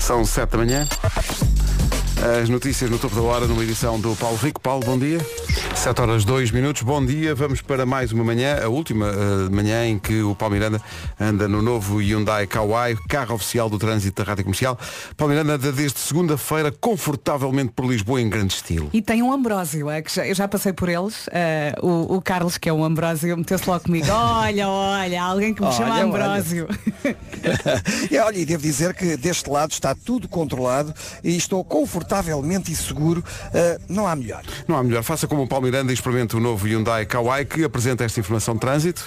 São 7 da manhã. As notícias no topo da hora, numa edição do Paulo Rico. Paulo, bom dia. 7 horas 2 minutos, bom dia. Vamos para mais uma manhã, a última manhã em que o Paulo Miranda anda no novo Hyundai Kauai, carro oficial do trânsito da Rádio Comercial. Paulo Miranda anda desde segunda-feira confortavelmente por Lisboa em grande estilo. E tem um Ambrósio, que eu já passei por eles. O Carlos, que é um Ambrósio, meteu-se logo comigo. Olha, alguém que me chama Ambrósio. Olha, e devo dizer que deste lado está tudo controlado e estou confortavelmente e seguro. Não há melhor. Não há melhor. Faça como o Paulo Miranda e experimente o novo Hyundai Kauai, que apresenta esta informação de trânsito.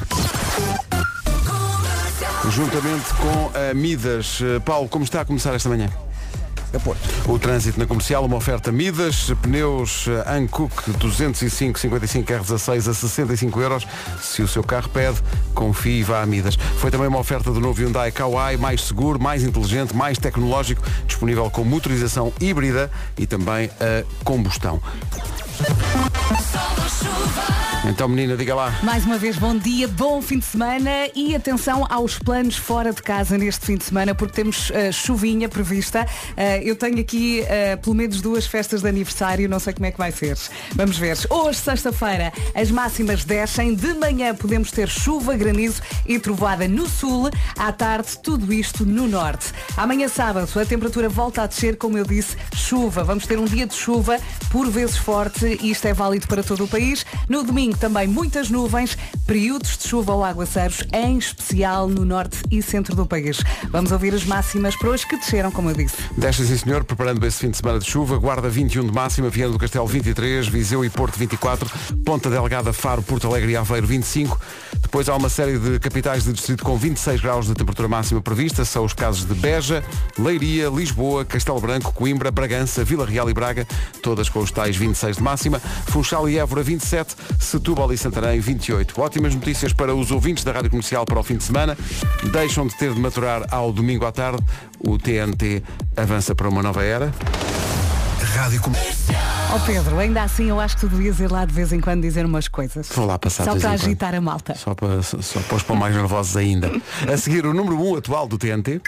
Juntamente com a Midas. Paulo, como está a começar esta manhã? O trânsito na Comercial, uma oferta Midas, pneus Hankook 205/55 R16 a 65 euros. Se o seu carro pede, confie e vá a Midas. Foi também uma oferta do novo Hyundai Kauai, mais seguro, mais inteligente, mais tecnológico, disponível com motorização híbrida e também a combustão. Então, menina, diga lá. Mais uma vez, bom dia, bom fim de semana e atenção aos planos fora de casa neste fim de semana, porque temos chuvinha prevista. Eu tenho aqui pelo menos 2 festas de aniversário, não sei como é que vai ser. Vamos ver. Hoje, sexta-feira, as máximas descem. De manhã podemos ter chuva, granizo e trovoada no sul. À tarde, tudo isto no norte. Amanhã, sábado, a temperatura volta a descer, como eu disse, chuva. Vamos ter um dia de chuva, por vezes forte, e isto é válido para todo o país. No domingo, também muitas nuvens, períodos de chuva ou aguaceiros, em especial no norte e centro do país. Vamos ouvir as máximas para hoje que desceram, como eu disse. Desce, sim senhor, preparando esse fim de semana de chuva. Guarda 21 de máxima, Viana do Castelo 23, Viseu e Porto 24, Ponta Delgada, Faro, Porto Alegre e Aveiro 25. Depois há uma série de capitais de distrito com 26 graus de temperatura máxima prevista. São os casos de Beja, Leiria, Lisboa, Castelo Branco, Coimbra, Bragança, Vila Real e Braga, todas com os tais 26 de máxima. Funchal e Évora 27, Setúbal e Santarém 28. Ótimas notícias para os ouvintes da Rádio Comercial para o fim de semana. Deixam de ter de maturar ao domingo à tarde. O TNT avança para uma nova era. Rádio Comercial. Pedro, ainda assim eu acho que tu devias ir lá de vez em quando dizer umas coisas. Vou lá passar só de vez para em quando. agitar a malta. Só para os pôr mais nervosos ainda. A seguir, o número 1 atual do TNT.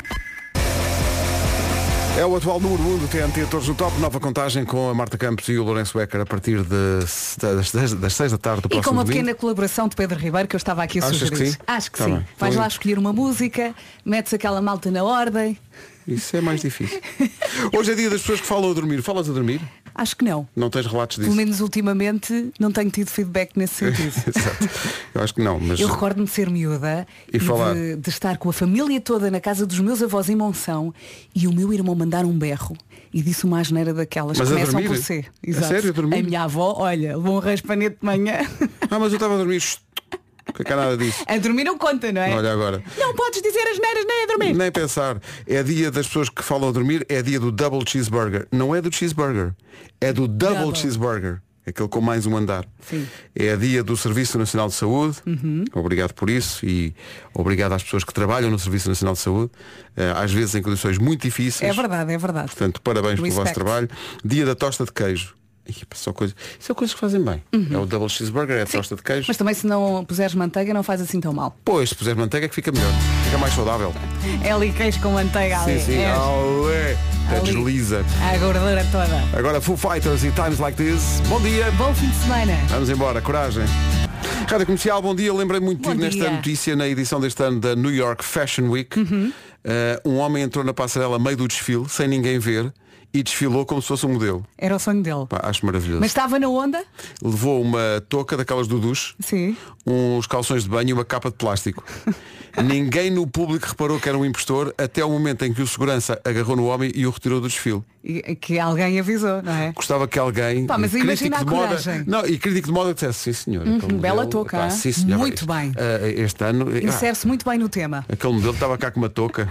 É o atual número 1 do TNT, todos no top. Nova contagem com a Marta Campos e o Lourenço Becker a partir das 6 da tarde do próximo E com uma domingo. pequena colaboração de Pedro Ribeiro que eu estava aqui a Achas sugerir. que sim? Acho que Tá sim. bem. Vais lá escolher uma música, metes aquela malta na ordem. Isso é mais difícil. Hoje é dia das pessoas que falam a dormir. Falas a dormir? Acho que não. Não tens relatos disso? Pelo menos ultimamente não tenho tido feedback nesse sentido. Exato. Eu acho que não, mas... Eu recordo-me de ser miúda E falar. de estar com a família toda na casa dos meus avós em Monção e o meu irmão mandar um berro e disse uma asneira daquelas Mas que a começam dormir? por C. A sério, a dormir? A minha avó, olha, levou um raspanete de manhã. Ah, mas eu estava a dormir. Que é nada disso. A dormir não conta, não é? Olha agora. Não podes dizer asneiras nem a dormir. Nem pensar. É dia das pessoas que falam a dormir, é dia do double cheeseburger. Não é do cheeseburger, é do double cheeseburger. Aquele com mais um andar. Sim. É dia do Serviço Nacional de Saúde. Obrigado por isso e obrigado às pessoas que trabalham no Serviço Nacional de Saúde, às vezes em condições muito difíceis. É verdade, é verdade. Portanto, parabéns pelo vosso trabalho. Dia da tosta de queijo. Isso são coisas que fazem bem. É o double cheeseburger, é a tosta de queijo. Mas também se não puseres manteiga não faz assim tão mal. Pois, se puseres manteiga é que fica melhor. Fica mais saudável. É ali queijo com manteiga ali. Sim, sim. É Até ali. desliza. A gordura toda. Agora Foo Fighters e Times Like This. Bom dia. Bom fim de semana. Vamos embora, coragem. Rádio Comercial, bom dia. Lembrei muito de Bom ti nesta dia. notícia na edição deste ano da New York Fashion Week. Um homem entrou na passarela a meio do desfile, sem ninguém ver, e desfilou como se fosse um modelo. Era o sonho dele. Pá, acho maravilhoso. Mas estava na onda? Levou uma touca daquelas do duche, Sim. uns calções de banho e uma capa de plástico. Ninguém no público reparou que era um impostor até o momento em que o segurança agarrou no homem e o retirou do desfile. E que alguém avisou, não é? Gostava que alguém, Pá, mas imagina crítico a de moda, coragem. não, e crítico de moda dissesse, sim senhor. aquele bela modelo, touca, pá, hein? sim, senhor, Muito bem. Este ano, Insere-se muito bem no tema. aquele modelo estava cá com uma touca.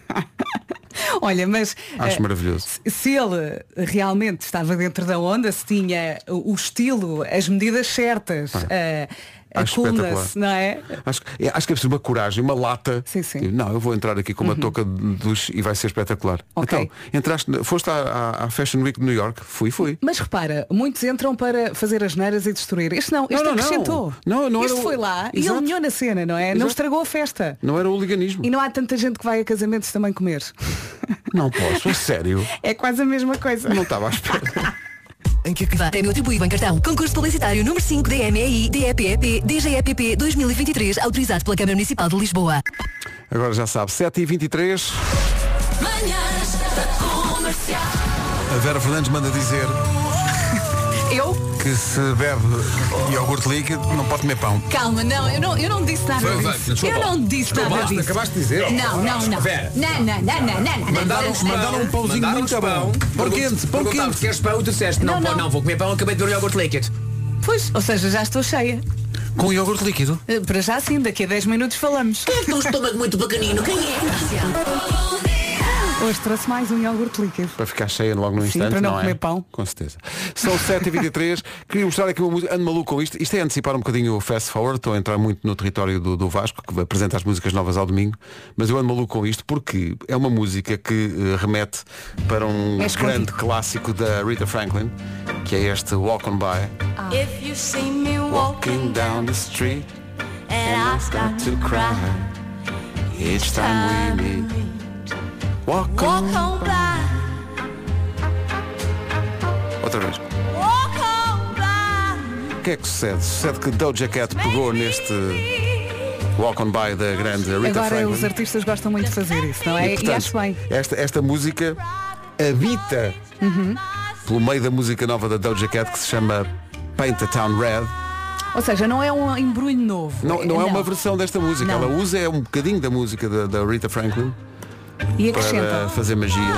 Olha, mas Acho maravilhoso. se ele realmente estava dentro da onda, se tinha o estilo, as medidas certas, Acho espetacular. coolness, não é? Acho que é preciso uma coragem, uma lata. Sim, sim. Não, eu vou entrar aqui com uma touca de duche e vai ser espetacular. Ok. Então, foste à Fashion Week de New York? Fui. Mas repara, muitos entram para fazer as neiras e destruir. Este não, este Não. acrescentou. Não este era foi lá e Exato. alinhou na cena, não é? Não Exato. estragou a festa. Não era hooliganismo. E não há tanta gente que vai a casamentos também comer. Não posso, a sério. É quase a mesma coisa. Não estava à espera. Em que prémio atribuído em cartão. Concurso publicitário número 5 DMEI DEPEP DGEPP 2023, autorizado pela Câmara Municipal de Lisboa. Agora já sabe, 7h23. A Vera Fernandes manda dizer Eu? que se bebe iogurte líquido não pode comer pão. Calma, não, eu não disse nada disso. Eu não disse nada disso. Acabaste de dizer? Não. Vera. Não. Mandaram um pãozinho muito bom. Pão quente. Perguntaram se queres pão e tu disseste não, Não. vou comer pão, acabei de ver o iogurte líquido. Pois, ou seja, já estou cheia. Com iogurte líquido? Para já sim, daqui a 10 minutos falamos. Quem é que tem um estômago muito pequenino? Quem é? Hoje trouxe mais um iogurte líquido. Para ficar cheia logo no Sim, instante, para não é? comer pão. Com certeza. São 7h23. Queria mostrar aqui uma música. Ando maluco com isto. Isto é antecipar um bocadinho o Fast Forward. Estou a entrar muito no território do Vasco, que apresenta as músicas novas ao domingo. Mas eu ando maluco com isto porque é uma música que remete para um És grande contigo. clássico da Rita Franklin, que é este Walk On By. If you see me Walking down the street and I start to cry, each time we meet. Walk walk on. on by, Outra vez. walk on by. O que é que sucede? Sucede que Doja Cat pegou neste Walk On By da grande Rita Agora Franklin. os artistas gostam muito de fazer isso, não é? E portanto, acho bem. esta música habita pelo meio da música nova da Doja Cat que se chama Paint the Town Red. Ou seja, não é um embrulho novo. Não é uma versão desta música. Não. Ela usa um bocadinho da música da Rita Franklin E para acrescenta. fazer magia.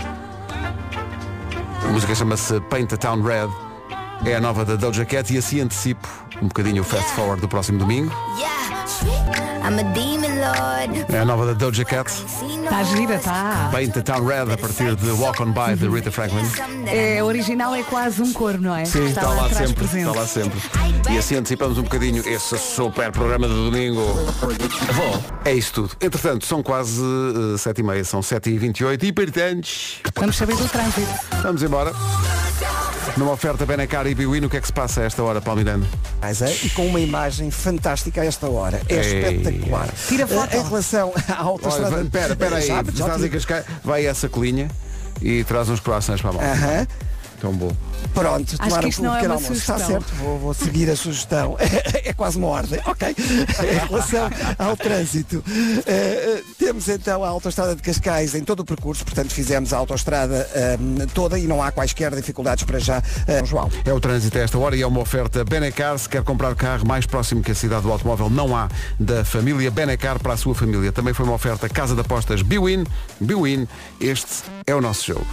A música chama-se Paint the Town Red. É a nova da Doja Cat e assim antecipo um bocadinho o Fast Forward do próximo domingo. I'm a demon lord. É a nova da Doja Cat. Está gira, está. Paint the Town Red a partir de Walk On By de Rita Franklin. É, original é quase um coro, não é? Sim, está lá atrás sempre. presente. Está lá sempre. E assim antecipamos um bocadinho esse super programa de domingo. É isso tudo. Entretanto, são quase 7h30, são 7h28 e portanto, Vamos saber do trânsito. vamos embora. Numa oferta Benacar e Biwin, o que é que se passa a esta hora, Paulo Miranda? E com uma imagem fantástica a esta hora. É Ei. espetacular. Tira foto. Em relação à autostrada. Olha, espera aí, Já estás tive. em Cascais, vai a essa colinha e traz uns croissants para a mão. Aham. Tão bom. Pronto, Acho tomaram que isto não é pequeno uma almoço. Está sugestão. certo, vou seguir a sugestão. É quase uma ordem. Ok. Em relação ao trânsito, temos então a autoestrada de Cascais em todo o percurso, portanto fizemos a autoestrada toda e não há quaisquer dificuldades para já, João. É o trânsito a esta hora e é uma oferta Benacar. Se quer comprar carro mais próximo que a cidade do automóvel, não há, da família Benacar para a sua família. Também foi uma oferta Casa de Apostas Biwin. Biwin, este é o nosso jogo.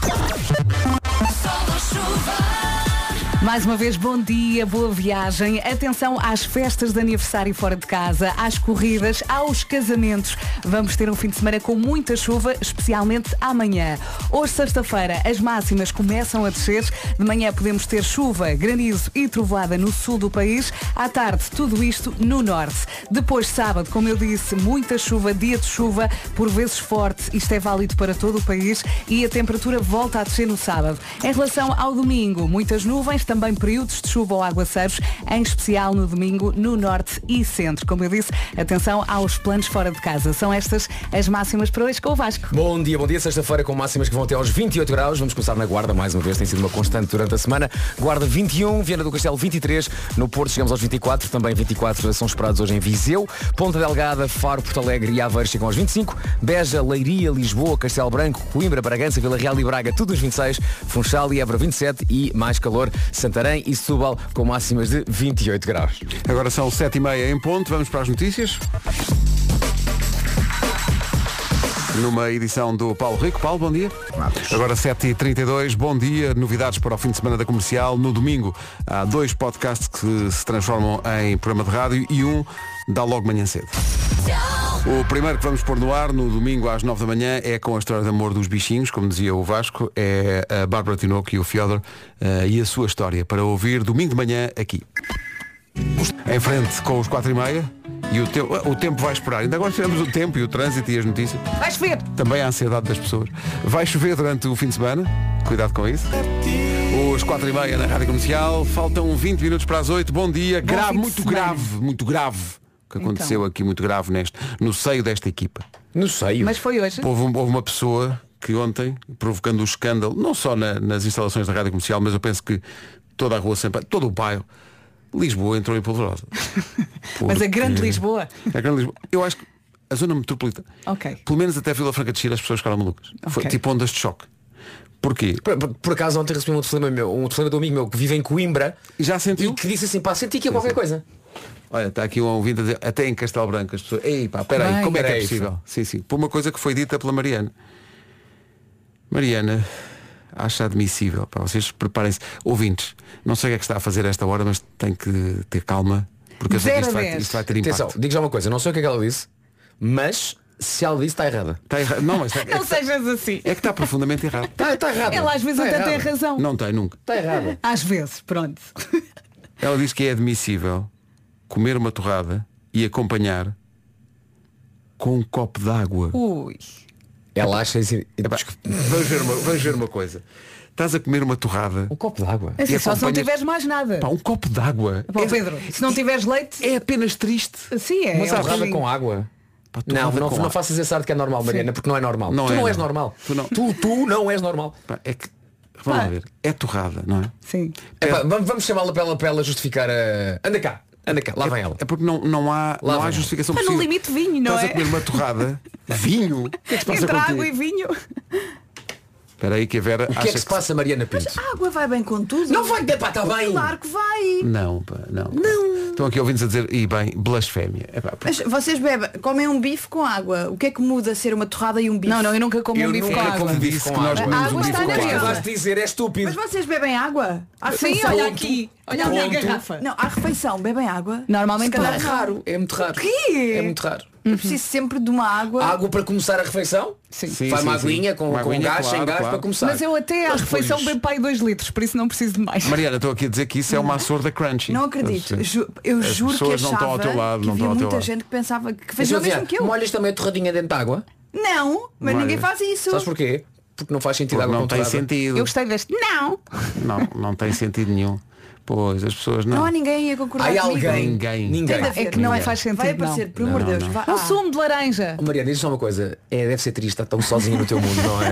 Mais uma vez, bom dia, boa viagem. Atenção às festas de aniversário fora de casa, às corridas, aos casamentos. Vamos ter um fim de semana com muita chuva, especialmente amanhã. Hoje, sexta-feira, as máximas começam a descer. De manhã podemos ter chuva, granizo e trovoada no sul do país. À tarde, tudo isto no norte. Depois, sábado, como eu disse, muita chuva, dia de chuva, por vezes forte. Isto é válido para todo o país e a temperatura volta a descer no sábado. Em relação ao domingo, muitas nuvens, também períodos de chuva ou aguaceiros, em especial no domingo, no norte e centro. Como eu disse, atenção aos planos fora de casa. São estas as máximas para hoje com o Vasco. Bom dia, sexta-feira com máximas que vão até aos 28 graus. Vamos começar na Guarda, mais uma vez, tem sido uma constante durante a semana. Guarda 21, Viana do Castelo 23, no Porto chegamos aos 24, também 24 são esperados hoje em Viseu, Ponta Delgada, Faro, Porto Alegre e Aveiro chegam aos 25, Beja, Leiria, Lisboa, Castelo Branco, Coimbra, Bragança, Vila Real e Braga, tudo nos 26, Funchal e Évora 27 e mais calor, Santarém e Setúbal com máximas de 28 graus. Agora são 7h30 em ponto, vamos para as notícias. Numa edição do Paulo Rico. Paulo, bom dia. Agora 7h32, bom dia. Novidades para o fim de semana da Comercial. No domingo há 2 podcasts que se transformam em programa de rádio e um dá logo manhã cedo. O primeiro que vamos pôr no ar no domingo às 9 da manhã é com a história de amor dos bichinhos, como dizia o Vasco, é a Bárbara Tinoco e o Fiodor e a sua história, para ouvir domingo de manhã aqui. Em frente com os 4h30 e o tempo vai esperar. Ainda agora tivemos o tempo e o trânsito e as notícias. Vai chover. Também a ansiedade das pessoas. Vai chover durante o fim de semana. Cuidado com isso. Os 4h30 na Rádio Comercial. Faltam 20 minutos para as 8. Bom dia. Grave, fim de muito semana. grave, muito grave. O que aconteceu aqui muito grave no seio desta equipa. No seio. Mas foi hoje. Houve uma pessoa que ontem, provocando um escândalo, não só nas instalações da Rádio Comercial, mas eu penso que toda a rua sempre, todo o bairro, Lisboa entrou em polvorosa. Mas a grande Lisboa. A grande Lisboa. Eu acho que a zona metropolitana, Ok. pelo menos até Vila Franca de Xira, as pessoas ficaram malucas. Foi Ok. tipo ondas de choque. Porquê? Por acaso ontem recebi um telefonema do amigo meu que vive em Coimbra E já e sentiu? que disse assim, pá, senti que é qualquer coisa. Olha, está aqui um ouvinte a dizer, até em Castelo Branco as pessoas. Ei pá, peraí, Bem, como é que é peraí, possível? Sim, sim. Por uma coisa que foi dita pela Mariana. Mariana acha admissível. Pá, vocês preparem-se. Ouvintes, não sei o que é que está a fazer a esta hora, mas tem que ter calma. Porque eu sei que 0 a 10. isto vai ter impacto. Atenção, digo já uma coisa, não sei o que é que ela disse, mas se ela disse está errada. Está errado. Não, mas Não sejas assim. é que está profundamente errado. Está errada. Ela às vezes até tem razão. Não tem, nunca. Está errada. Às vezes, pronto. Ela diz que é admissível comer uma torrada e acompanhar com um copo de água. Ui. Ela acha assim. Vamos ver uma coisa. Estás a comer uma torrada. Um copo de água. Assim, E só se não acompanhas- tiveres mais nada. Pá, um copo de água. Pá, Pedro, se não tiveres leite, É apenas triste. sim, é. Mas é a torrada horrível. com água. Pá, Não, torrada não, com não água. faças esse ar que é normal, Mariana, porque não é normal. Não tu é, não és não. normal. Tu não. Tu não és normal. Pá, é que. Vamos lá ver. É torrada, não é? Sim. Epá, vamos chamá-la para ela justificar a. Anda cá, lá vem ela. É porque não há Lá vem. justificação Está no possível. limite vinho, não Estás é? a comer uma torrada. Vinho? O que é que se passa Entre contigo? água e vinho. Espera aí que a Vera O que acha é que se passa, Mariana Pinto? A água vai bem com tudo. Não vai, pá, está bem. Claro que vai. Não, pá, não. Estão aqui ouvintes a dizer, e bem, blasfémia. Epá, Mas vocês comem um bife com água. O que é que muda ser uma torrada e um bife? Não, eu nunca como um bife com água. disse que nós A comemos água um bife está com na água. mesa. Vais dizer, é estúpido. Mas vocês bebem água? À Sim, refeição? olha aqui. Olha a minha Ponto. garrafa. Não, à refeição, bebem água? Normalmente Se calhar não. é raro. É muito raro. quê? É muito raro. Eu preciso sempre de uma água. Água para começar a refeição? Sim. Sim, Faz sim, uma sim. aguinha com Uma aguinha, gás, sem claro, gás claro. para começar. Mas eu até à Mas refeição depois- bebo pai 2 litros, por isso não preciso de mais. Mariana, estou aqui a dizer que isso é uma açorda crunchy. Não acredito. As Eu juro que pessoas não achava estão ao teu lado, que não havia estão ao teu muita lado. gente que pensava que Mas, fazia o Sofia, mesmo que eu. molhas também a torradinha dentro de água? Não, mas Não ninguém é. faz isso. Sabes porquê? Porque não faz sentido Porque água não com tem torrada. sentido. Eu gostei deste. Não! Não tem sentido nenhum. Pois, as pessoas não. Não há ninguém a concordar Há comigo. alguém. Ninguém. Ninguém. Tem de haver. É que não Ninguém. faz sentido. Vai aparecer, não. por amor de Não, Deus. não. Vá. Um sumo de laranja. Oh, Mariana, diz só uma coisa. Deve ser triste estar tão sozinha no teu mundo, não é?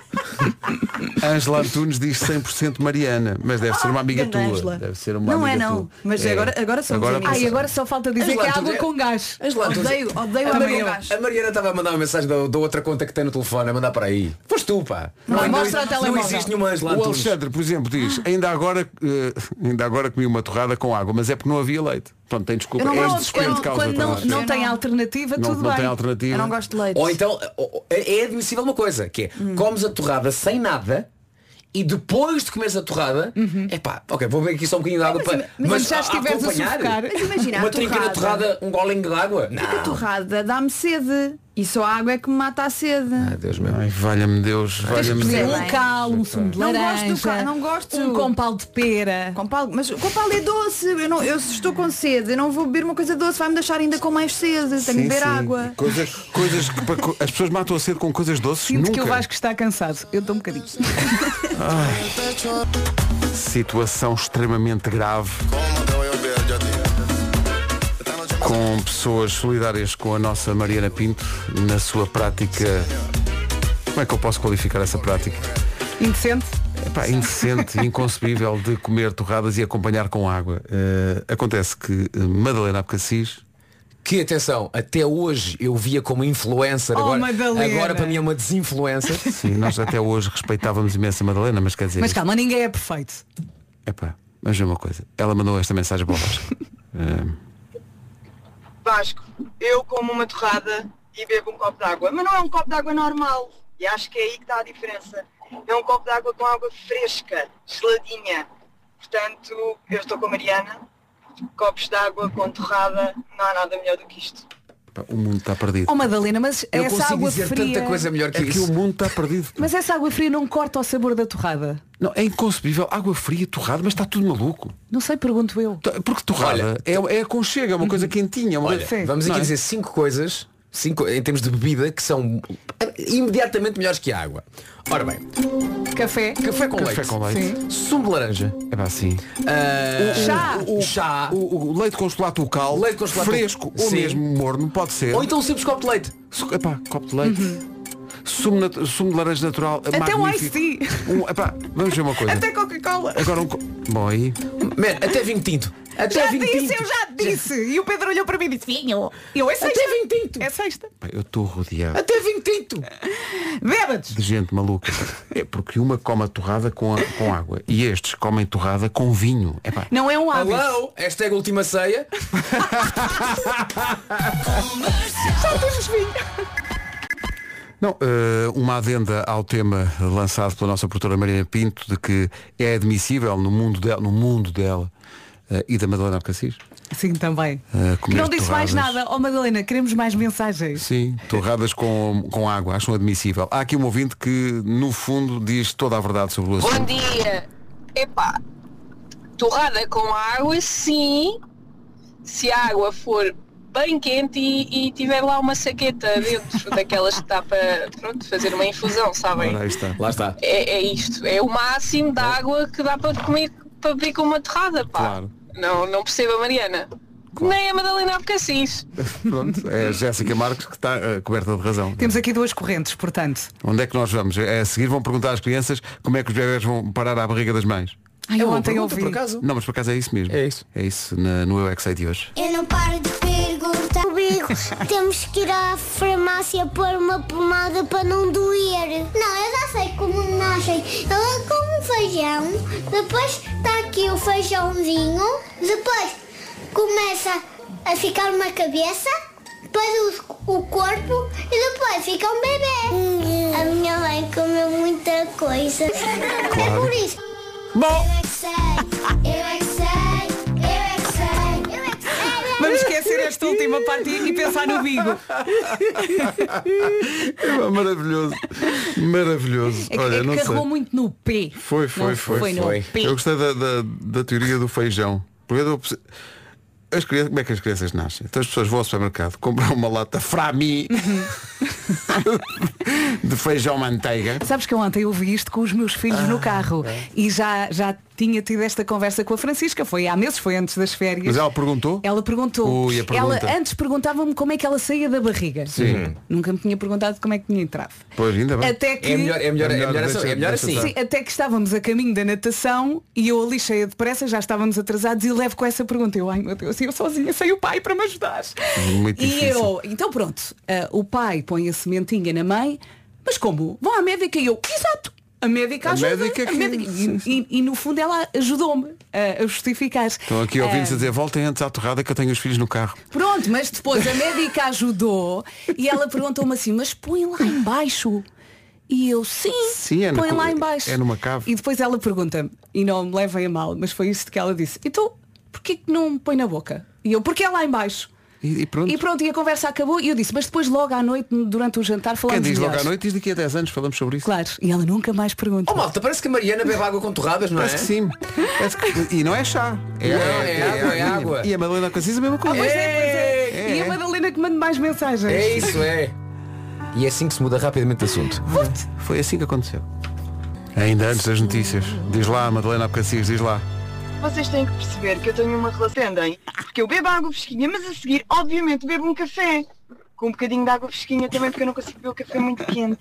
Ângela Antunes diz 100% Mariana, mas deve ser uma amiga grande tua. Ângela. Deve ser uma Não amiga é, não. tua. Mas agora somos amigos. Ai, agora só falta dizer Angela, que é tu água é- com gás. Angela, tu- Odeio A água Também com eu. gás. A Mariana estava a mandar uma mensagem da outra conta que tem no telefone, a mandar para aí. Foste tu, pá. Não, mostra o não telemóvel. existe nenhuma Angela O Antunes. Alexandre, por exemplo, diz, ainda agora comi uma torrada com água, mas é porque não havia leite. Pronto, tem desculpa. Eu não És gosto, desespero de causa. Quando não, estás a não ver? tem alternativa, não, tudo não bem. tem alternativa. Eu não gosto de leite. Ou então, é admissível uma coisa, que é, comes a torrada sem nada e depois de comeres a torrada, é pá, ok, vou beber aqui só um bocadinho de água para. mas já estiveres a sufocar. Mas imagina, uma a trinca na torrada, um golinho de água. Não. A torrada dá-me sede. E só a água é que me mata a sede. Ah, Deus meu. Ai, valha-me Deus, valha-me Fazer Deus. bem. um cal, um sumo de Não laranja. gosto do cal, não gosto. Um compal de pera. Mas o compal é doce. Eu se estou com sede, eu não vou beber uma coisa doce, vai-me deixar ainda com mais sede. Tenho de Sim, beber sim. água. Coisas que as pessoas matam a sede com coisas doces. Sinto Nunca. que o Vasco está cansado. Eu estou um bocadinho. Situação extremamente grave. Com pessoas solidárias com a nossa Mariana Pinto na sua prática. Como é que eu posso qualificar essa prática? Indecente. Epá, indecente, inconcebível de comer torradas e acompanhar com água. Acontece que Madalena Abcacis, Que atenção, até hoje eu via como influencer, Madalena. agora para mim é uma desinfluencer. sim, nós até hoje respeitávamos imenso a Madalena, mas quer dizer, Mas calma, ninguém é perfeito. epá, mas é uma coisa, ela mandou esta mensagem para o Vasco. Vasco, eu como uma torrada e bebo um copo de água, mas não é um copo de água normal. E acho que é aí que está a diferença. É um copo de água com água fresca, geladinha. Portanto, eu estou com a Mariana. Copos de água com torrada, não há nada melhor do que isto. Pá, o mundo está perdido. Oh Madalena, mas Eu essa consigo água dizer fria... tanta coisa melhor que É que isso. o mundo está perdido. Mas essa água fria não corta o sabor da torrada? Não, é inconcebível. Água fria, torrada, mas está tudo maluco. Não sei, pergunto eu. Porque torrada é aconchego, é uma coisa quentinha. Uma Olha, coisa... vamos Não aqui é? dizer 5 coisas, 5 em termos de bebida, que são imediatamente melhores que a água. Ora bem, Café. café com Café leite, com leite. sumo de laranja, É pá, assim. Chá. chá, O leite com chocolate local, Leite com chocolate fresco ou sim. mesmo morno, pode ser. ou então um simples copo de leite. Epá, copo de leite. Sumo de laranja natural. Até um magnífico. iced Epá, vamos ver uma coisa. Até Coca-Cola. Agora Bom, aí. Man, até vinho tinto. Até Já vinho disse, tinto. eu já disse. E o Pedro olhou para mim e disse, vinho. Eu, é sexta. Até vinho tinto. É sexta. Pá, eu estou rodeado Até vinho tinto. Bêbados. de gente maluca. É porque uma come a torrada com água e estes comem torrada com vinho. Epá, Não é um hábito. Hello, hashtag última ceia. Já temos vinho. Não, uma adenda ao tema lançado pela nossa produtora Maria Pinto de que é admissível no mundo dela e da Madalena Abcacis. Sim, também. Comer Não disse mais torradas. nada. Oh Madalena, queremos mais mensagens. Sim, torradas com água, acham admissível. Há aqui um ouvinte que no fundo diz toda a verdade sobre o assunto. Bom dia. Epá, torrada com água, sim, se a água for bem quente e tiver lá uma saqueta dentro daquelas que está para fazer uma infusão, sabem? Ora, aí está. Lá está. É isto, é o máximo de água que dá para comer, para beber com uma torrada, pá. Claro. Não percebo a Mariana. Claro. Nem a Madalena Abcacis. Pronto, é a Jéssica Marques que está coberta de razão. Temos aqui duas correntes, portanto. Onde é que nós vamos? A seguir vão perguntar às crianças como é que os bebés vão parar à barriga das mães. Ai, É eu uma ontem pergunta, ouvi. por acaso? Não, mas por acaso é isso mesmo. É isso. É isso no Eu é que Sei de hoje. Eu não paro de perguntar comigo. Temos que ir à farmácia pôr uma pomada para não doer. Não, eu já sei como nascem. Ela come feijão, depois está aqui o feijãozinho, depois começa a ficar uma cabeça, depois o corpo e depois fica um bebê. A minha mãe comeu muita coisa. É por isso. Bom, Eu é que sei, eu é que sei, eu é que sei, eu é que sei. Vamos esquecer esta última parte e pensar no bigo. é maravilhoso. Maravilhoso. É, Olha, não carregou sei. muito no P. Foi no P. Eu gostei da teoria do feijão. Porque as crianças, como é que as crianças nascem? Então as pessoas vão ao supermercado, compram uma lata Frami de feijão manteiga. Sabes que eu ontem ouvi isto com os meus filhos no carro e já tinha tido esta conversa com a Francisca, foi há meses, foi antes das férias. Mas ela perguntou? Ela perguntou. Ui, a pergunta. Ela antes perguntava-me como é que ela saía da barriga. Sim. Nunca me tinha perguntado como é que tinha entrado. Pois, ainda bem. Até que É melhor assim. Sim, até que estávamos a caminho da natação e eu ali cheia de pressa, já estávamos atrasados e levo com essa pergunta. Eu, ai meu Deus, eu sozinha sem o pai para me ajudar. Muito E difícil. então pronto, o pai põe a sementinha na mãe, mas como? Vão à médica e eu, exato. A médica A ajuda. médica que- E no fundo ela ajudou-me a justificar. Estão aqui ouvintes a dizer, voltem antes à torrada que eu tenho os filhos no carro. Pronto, mas depois a médica ajudou e ela perguntou-me assim, mas põe lá em baixo. E eu, sim, é põe lá em baixo. É numa cave. E depois ela pergunta-me, e não me levem a mal, mas foi isto que ela disse, então, porquê que não põe na boca? E eu, porque é lá em baixo. E pronto. E pronto, e a conversa acabou e eu disse, mas depois logo à noite, durante o jantar, Quem falamos diz logo melhores. à noite diz daqui a 10 anos, falamos sobre isso. Claro, e ela nunca mais pergunta. Oh malta, parece que a Mariana bebe água com torradas, não é? Parece que sim. E não é chá. É água. E a Madalena Cassis a mesma coisa. Pois é. E a Madalena que manda mais mensagens. É isso, é. E é assim que se muda rapidamente de assunto. Foi assim que aconteceu. Ainda antes das notícias. Diz lá, Madalena Abcacis, diz lá. Vocês têm que perceber que eu tenho uma relação, entendem? Porque eu bebo água fresquinha, mas a seguir, obviamente, bebo um café. Com um bocadinho de água fresquinha também, porque eu não consigo beber o café muito quente.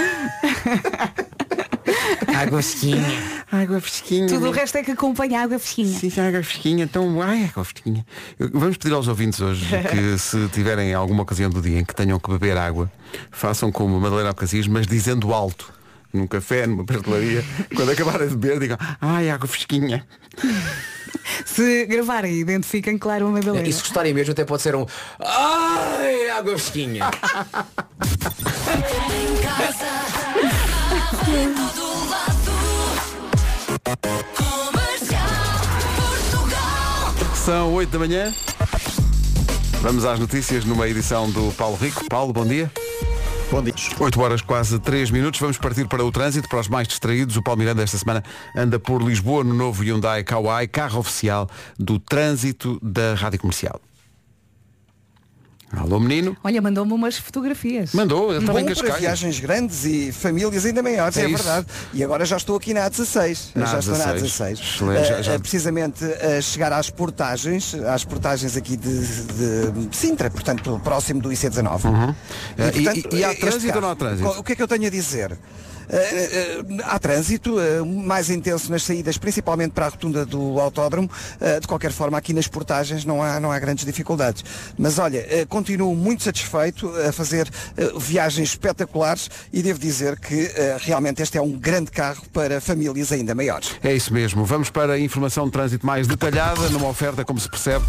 Água fresquinha. Água fresquinha. Tudo o resto é que acompanha a água fresquinha. Sim, água fresquinha. Então, água fresquinha. Vamos pedir aos ouvintes hoje que se tiverem alguma ocasião do dia em que tenham que beber água, façam como a Madalena Abcacis, mas dizendo alto. Num café, numa pastelaria, quando acabarem de beber, digam, água fresquinha. Se gravarem, identifiquem claro a Madalena. E se gostarem mesmo até pode ser um ai, água fresquinha. São 8 da manhã. Vamos às notícias numa edição do Paulo Rico. Paulo, bom dia. Bom dia. 8 horas, quase 3 minutos. Vamos partir para o trânsito, para os mais distraídos. O Paulo Miranda esta semana anda por Lisboa no novo Hyundai Kauai, carro oficial do trânsito da Rádio Comercial. Alô, menino. Olha, mandou-me umas fotografias. Mandou, eu estava em Bom para Cascais. viagens grandes e famílias ainda maiores, é isso. verdade. E agora já estou aqui na A16. Na Estou na A16. A16. Excelente, Precisamente a chegar às portagens aqui de Sintra, portanto, próximo do IC19. Uhum. E há este trânsito carro, ou não há trânsito? O que é que eu tenho a dizer? Há trânsito, mais intenso nas saídas, principalmente para a rotunda do autódromo. De qualquer forma, aqui nas portagens não há grandes dificuldades. Mas olha, continuo muito satisfeito a fazer viagens espetaculares e devo dizer que realmente este é um grande carro para famílias ainda maiores. É isso mesmo. Vamos para a informação de trânsito mais detalhada, numa oferta, como se percebe,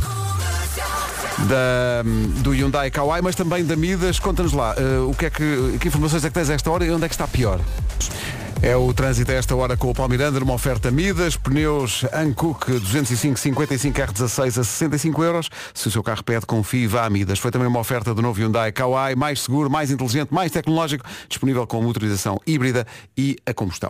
do Hyundai Kauai, mas também da Midas. Conta-nos lá, que informações é que tens a esta hora e onde é que está pior? É o trânsito a esta hora com o Paulo Miranda, numa oferta Midas, pneus Hankook 205-55 R16 a 65 euros. Se o seu carro pede, confie, vá a Midas. Foi também uma oferta do novo Hyundai Kauai, mais seguro, mais inteligente, mais tecnológico, disponível com motorização híbrida e a combustão.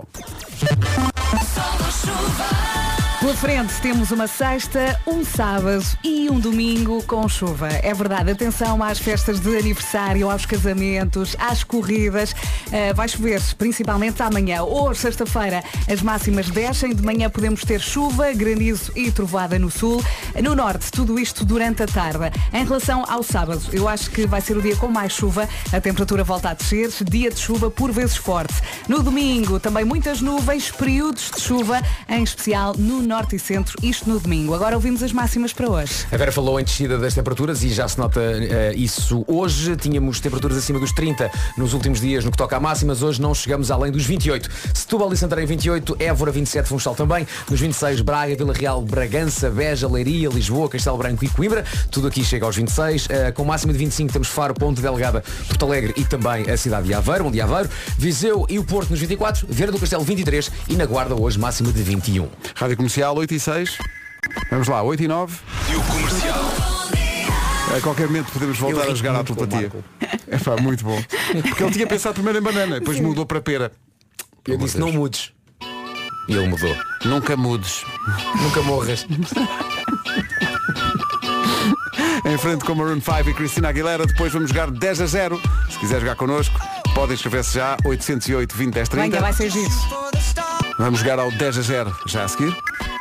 Pela frente temos uma sexta, um sábado e um domingo com chuva. É verdade, atenção às festas de aniversário, aos casamentos, às corridas. Vai chover, principalmente amanhã. Hoje, sexta-feira, as máximas descem. De manhã podemos ter chuva, granizo e trovada no sul. No norte, tudo isto durante a tarde. Em relação ao sábado, eu acho que vai ser o dia com mais chuva. A temperatura volta a descer, dia de chuva por vezes forte. No domingo, também muitas nuvens, períodos de chuva, em especial no norte e centro, isto no domingo. Agora ouvimos as máximas para hoje. A Vera falou em descida das temperaturas e já se nota isso hoje. Tínhamos temperaturas acima dos 30 nos últimos dias no que toca a máximas. Hoje não chegamos além dos 28. Setúbal e Santarém 28, Évora 27, Funchal também. Nos 26, Braga, Vila Real, Bragança, Beja, Leiria, Lisboa, Castelo Branco e Coimbra. Tudo aqui chega aos 26. Com máxima de 25 temos Faro, Ponte Delgada, Porto Alegre e também a cidade de Aveiro, onde Aveiro, Viseu e o Porto nos 24, Viana do Castelo 23 e na Guarda hoje máxima de 21. Rádio Comercial 8 e 6. Vamos lá, 8 e 9. E o Comercial. A qualquer momento podemos voltar a jogar à telepatia. É pá, muito bom. Porque ele tinha pensado primeiro em banana, depois mudou para pera. Eu disse não mudes. E ele mudou. Nunca mudes. Nunca morras. Em frente com Maroon 5 e Cristina Aguilera. Depois vamos jogar 10-0. Se quiser jogar connosco, podem inscrever-se já. 808 20 10 30. Venga, vai ser giro. Vamos jogar ao 10-0 já a seguir.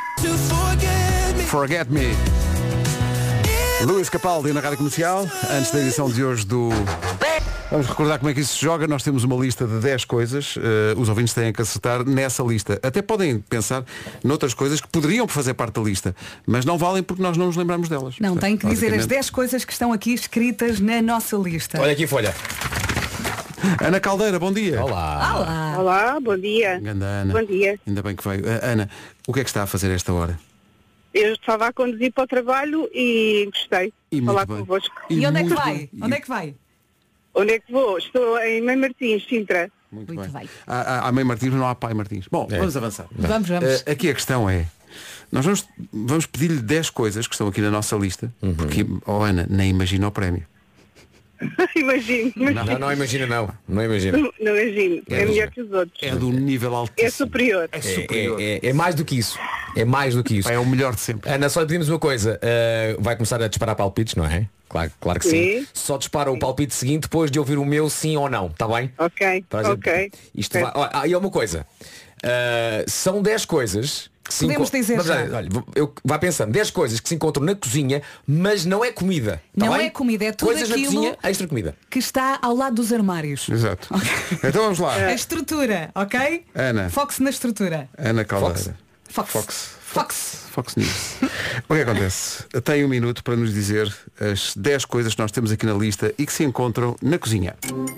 Forget Me. Luís Capaldi na Rádio Comercial. Antes da edição de hoje do... Vamos recordar como é que isso se joga. Nós temos uma lista de 10 coisas. Os ouvintes têm que acertar nessa lista. Até podem pensar noutras coisas que poderiam fazer parte da lista, mas não valem porque nós não nos lembramos delas. Não, tem que dizer as basicamente... 10 coisas que estão aqui escritas na nossa lista. Olha aqui a folha. Ana Caldeira, bom dia. Olá. Olá. Olá, bom dia. Ganda Ana. Bom dia. Ainda bem que veio. Ana, o que é que está a fazer a esta hora? Eu estava a conduzir para o trabalho e gostei de falar convosco. E onde é que vai? Onde é que vai? Onde é que vou? Estou em Mãe Martins, Sintra. Muito bem. Há Mãe Martins, mas não há Pai Martins. Bom, vamos avançar. Vamos. Aqui a questão é, nós vamos pedir-lhe 10 coisas que estão aqui na nossa lista, porque, Ana, nem imagina o prémio. Imagino. Não imagina não. Não imagina. Não imagino. É melhor que os outros. É do nível altíssimo. É superior. É superior. É mais do que isso. É mais do que isso. É o melhor de sempre. Ana, só lhe pedimos uma coisa. Vai começar a disparar palpites, não é? Claro que sim. Só dispara o palpite seguinte depois de ouvir o meu sim ou não. Está bem? Ok. Isto vai... E é uma coisa. São 10 coisas... Podemos dizer já. Olha, vai pensando, 10 coisas que se encontram na cozinha, mas não é comida. Não bem? É comida, é tudo coisas aquilo na cozinha, extra comida. Que está ao lado dos armários. Exato. Então vamos lá. A estrutura, ok? Ana. Foque-se na estrutura. Ana Caldeira. Fox News. O que acontece? Tem um minuto para nos dizer as 10 coisas que nós temos aqui na lista e que se encontram na cozinha.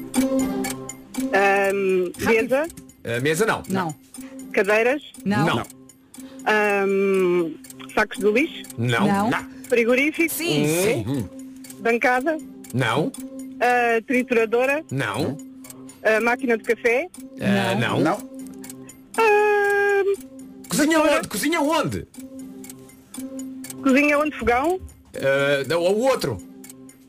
Mesa. Mesa não. Não. Cadeiras. Não. Sacos de lixo. Não. Frigorífico. Sim. Bancada. Não. Trituradora. Não. Máquina de café. Não. Cozinha onde? Cozinha onde? Cozinha onde? Fogão. O outro.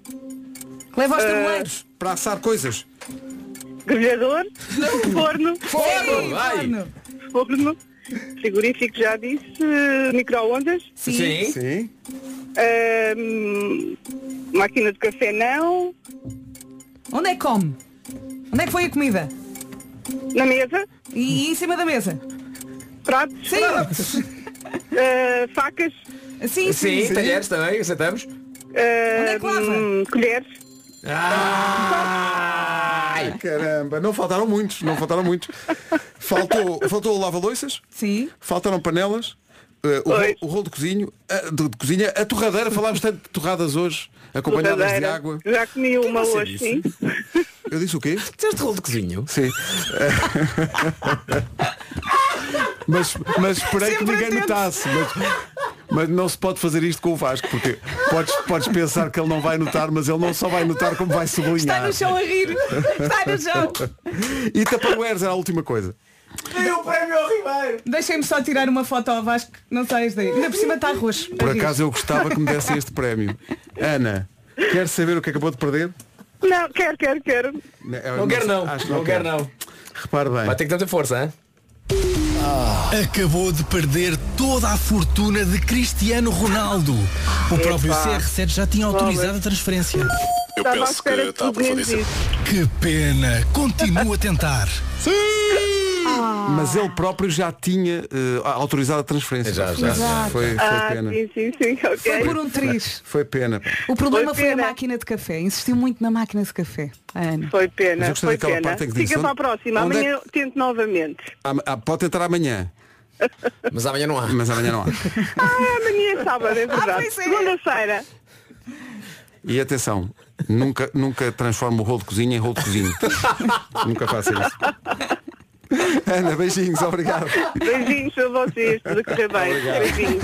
Leva aos tabuleiros. Para assar coisas. Grelhador. Forno. Forno. Forno. Frigorífico, já disse. Micro-ondas. Sim. Máquina de café, não. Onde é que come? Onde é que foi a comida? Na mesa. E em cima da mesa? Pratos. Sim. Facas. Sim. Talheres também, aceitamos. Onde é que lava? Colheres. Ai, caramba, não faltaram muitos. Faltou o lava-loiças. Sim. Faltaram panelas. O rolo de cozinha, a torradeira, falámos tanto de torradas hoje, acompanhadas de água. Já comi uma hoje, sim. Eu disse o quê? Dizeste rolo de cozinho? Sim. mas esperei que ninguém notasse. Mas não se pode fazer isto com o Vasco, porque podes pensar que ele não vai notar, mas ele não só vai notar como vai sublinhar. Está no chão a rir. Está no chão. E Tupperwares era a última coisa. Deu o prémio ao Ribeiro. Deixem-me só tirar uma foto ao Vasco. Não saias daí. Ainda por cima está roxo. Por acaso eu gostava que me dessem este prémio. Ana, quer saber o que acabou de perder? Não, quero. Não quero não. Repare bem. Vai ter que ter força, hein? Acabou de perder toda a fortuna de Cristiano Ronaldo. O próprio CR7 já tinha autorizado a transferência. Eu penso que está por fazer. Que pena. Continua a tentar. Sim! Mas ele próprio já tinha autorizado a transferência. Já. Foi pena. Sim, ok. Foi por um triz. Foi pena. O problema foi a máquina de café. Insistiu muito na máquina de café, a Ana. Foi pena. Parte Fica para a próxima. Amanhã eu tento novamente. Pode tentar amanhã. Mas amanhã não há. Amanhã é sábado, é verdade. Segunda-feira. E atenção, nunca transformo o rolo de cozinha em rolo de cozinha. Nunca faço isso. Ana, beijinhos, obrigado. Beijinhos a vocês, tudo a correr bem. Obrigado. Beijinhos.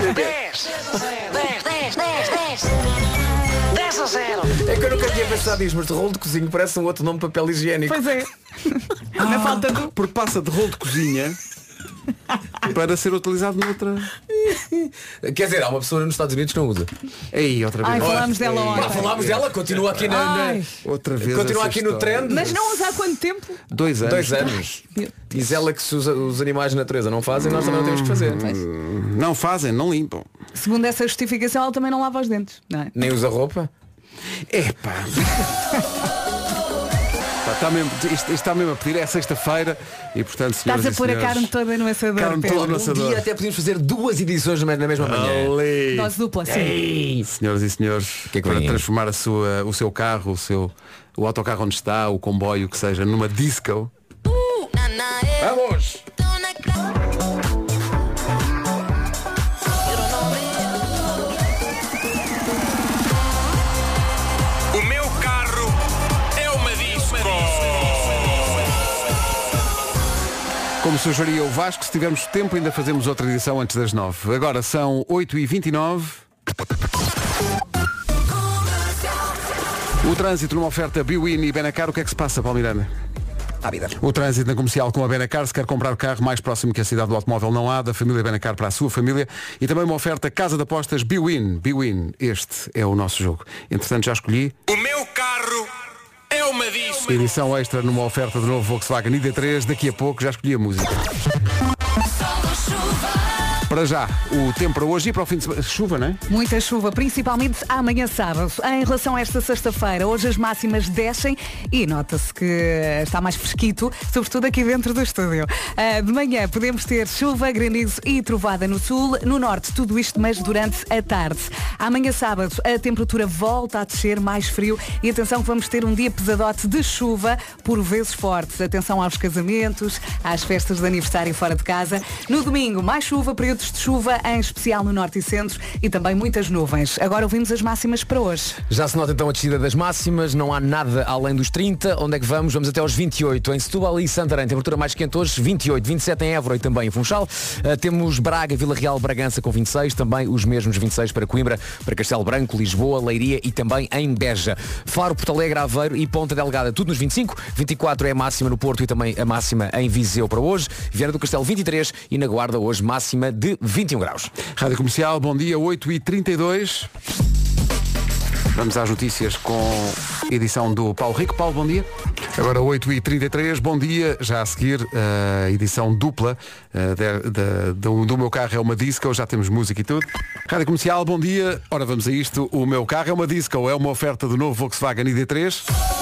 10 a 0. É que eu nunca tinha pensado nisso, mas de rolo de cozinho parece um outro nome de papel higiênico. Pois é. Na falta do... Porque passa de rolo de cozinha para ser utilizado noutra. Quer dizer, há uma pessoa nos Estados Unidos que não usa. Aí, outra vez. Falámos dela ontem. Falámos dela, continua aqui outra vez. Continua aqui no trend. Mas não usa há quanto tempo? 2 anos. 2 anos. Diz ela que se os animais de natureza não fazem, nós também não temos que fazer. Não fazem, não limpam. Segundo essa justificação, ela também não lava os dentes, não é? Nem usa roupa? Epá. Isto está mesmo a pedir, é sexta-feira e portanto estás a pôr a carne toda no assador. Um dia até podíamos fazer 2 edições na mesma manhã. Dose dupla, sim. Senhoras e senhores, para transformar o seu carro, o autocarro onde está, o comboio, que seja, numa disco. Vamos! Como sugeria o Vasco, se tivermos tempo ainda fazemos outra edição antes das 9. Agora são 8h29. O trânsito numa oferta Biwin e Benacar, o que é que se passa, Paulo Miranda? O trânsito na comercial com a Benacar, se quer comprar carro mais próximo que a cidade do automóvel não há, da família Benacar para a sua família, e também uma oferta Casa de Apostas Biwin. Biwin, este é o nosso jogo. Entretanto já escolhi. O meu carro é uma disco. Edição extra numa oferta do novo Volkswagen ID3, daqui a pouco já escolhi a música. Para já, o tempo para hoje e para o fim de semana. Chuva, não é? Muita chuva, principalmente amanhã sábado. Em relação a esta sexta-feira, hoje as máximas descem e nota-se que está mais fresquito, sobretudo aqui dentro do estúdio. De manhã podemos ter chuva, granizo e trovada no sul, no norte tudo isto, mas durante a tarde. Amanhã sábado a temperatura volta a descer, mais frio e atenção que vamos ter um dia pesadote de chuva, por vezes fortes. Atenção aos casamentos, às festas de aniversário fora de casa. No domingo, mais chuva, períodos de chuva, em especial no norte e centro e também muitas nuvens. Agora ouvimos as máximas para hoje. Já se nota então a descida das máximas, não há nada além dos 30. Onde é que vamos? Vamos até aos 28. Em Setúbal e Santarém, temperatura mais quente hoje, 28, 27 em Évora e também em Funchal. Temos Braga, Vila Real, Bragança com 26, também os mesmos 26 para Coimbra, para Castelo Branco, Lisboa, Leiria e também em Beja. Faro, Porto Alegre, Aveiro e Ponta Delgada, tudo nos 25. 24 é a máxima no Porto e também a máxima em Viseu para hoje. Viana do Castelo 23 e na Guarda hoje máxima de 21 graus. Rádio Comercial, bom dia, 8h32. Vamos às notícias com edição do Paulo Rico. Paulo, bom dia. Agora 8h33, bom dia. Já a seguir, a edição dupla do Meu Carro é uma Disco. Já temos música e tudo. Rádio Comercial, bom dia. Ora, vamos a isto. O Meu Carro é uma Disco. É uma oferta do novo Volkswagen ID3.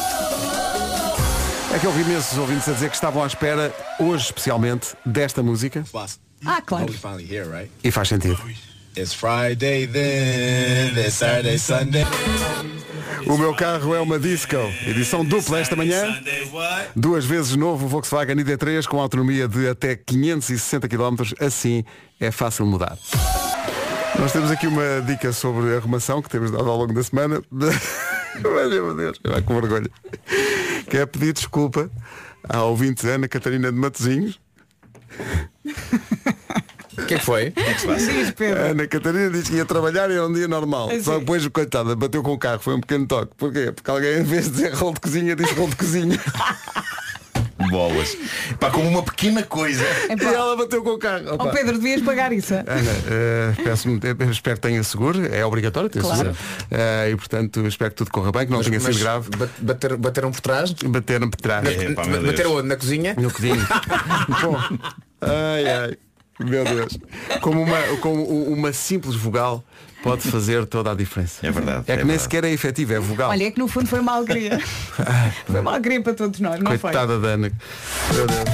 É que eu ouvi imensos ouvintes a dizer que estavam à espera, hoje especialmente, desta música. Claro. E faz sentido. It's Friday then, it's Saturday, Sunday. O Meu Carro é uma Disco. Edição dupla esta manhã. 2 vezes novo Volkswagen ID3 com autonomia de até 560 km. Assim é fácil mudar. Nós temos aqui uma dica sobre arrumação que temos dado ao longo da semana. Meu Deus, vai com vergonha. Quero pedir desculpa à ouvinte Ana Catarina de Matosinhos. O que é que foi? A Ana Catarina diz que ia trabalhar e era um dia normal. Assim. Só depois, coitada, bateu com o carro, foi um pequeno toque. Porquê? Porque alguém, em vez de dizer rolo de cozinha, diz rolo de cozinha. Bolas. Pá, como uma pequena coisa. E ela bateu com o carro. Ó Pedro, devias pagar isso. Ana, espero que tenha seguro. É obrigatório ter seguro. E portanto, espero que tudo corra bem, que não tenha sido grave. Bateram por trás? Bateram por trás. Bateram onde? Na cozinha? No cozinho. Ai. Meu Deus. Como uma simples vogal pode fazer toda a diferença. É verdade. É que nem sequer é efetivo, é vogal. Olha, é que no fundo foi uma alegria. Foi uma alegria para todos nós, não Coitada da Ana. Meu Deus.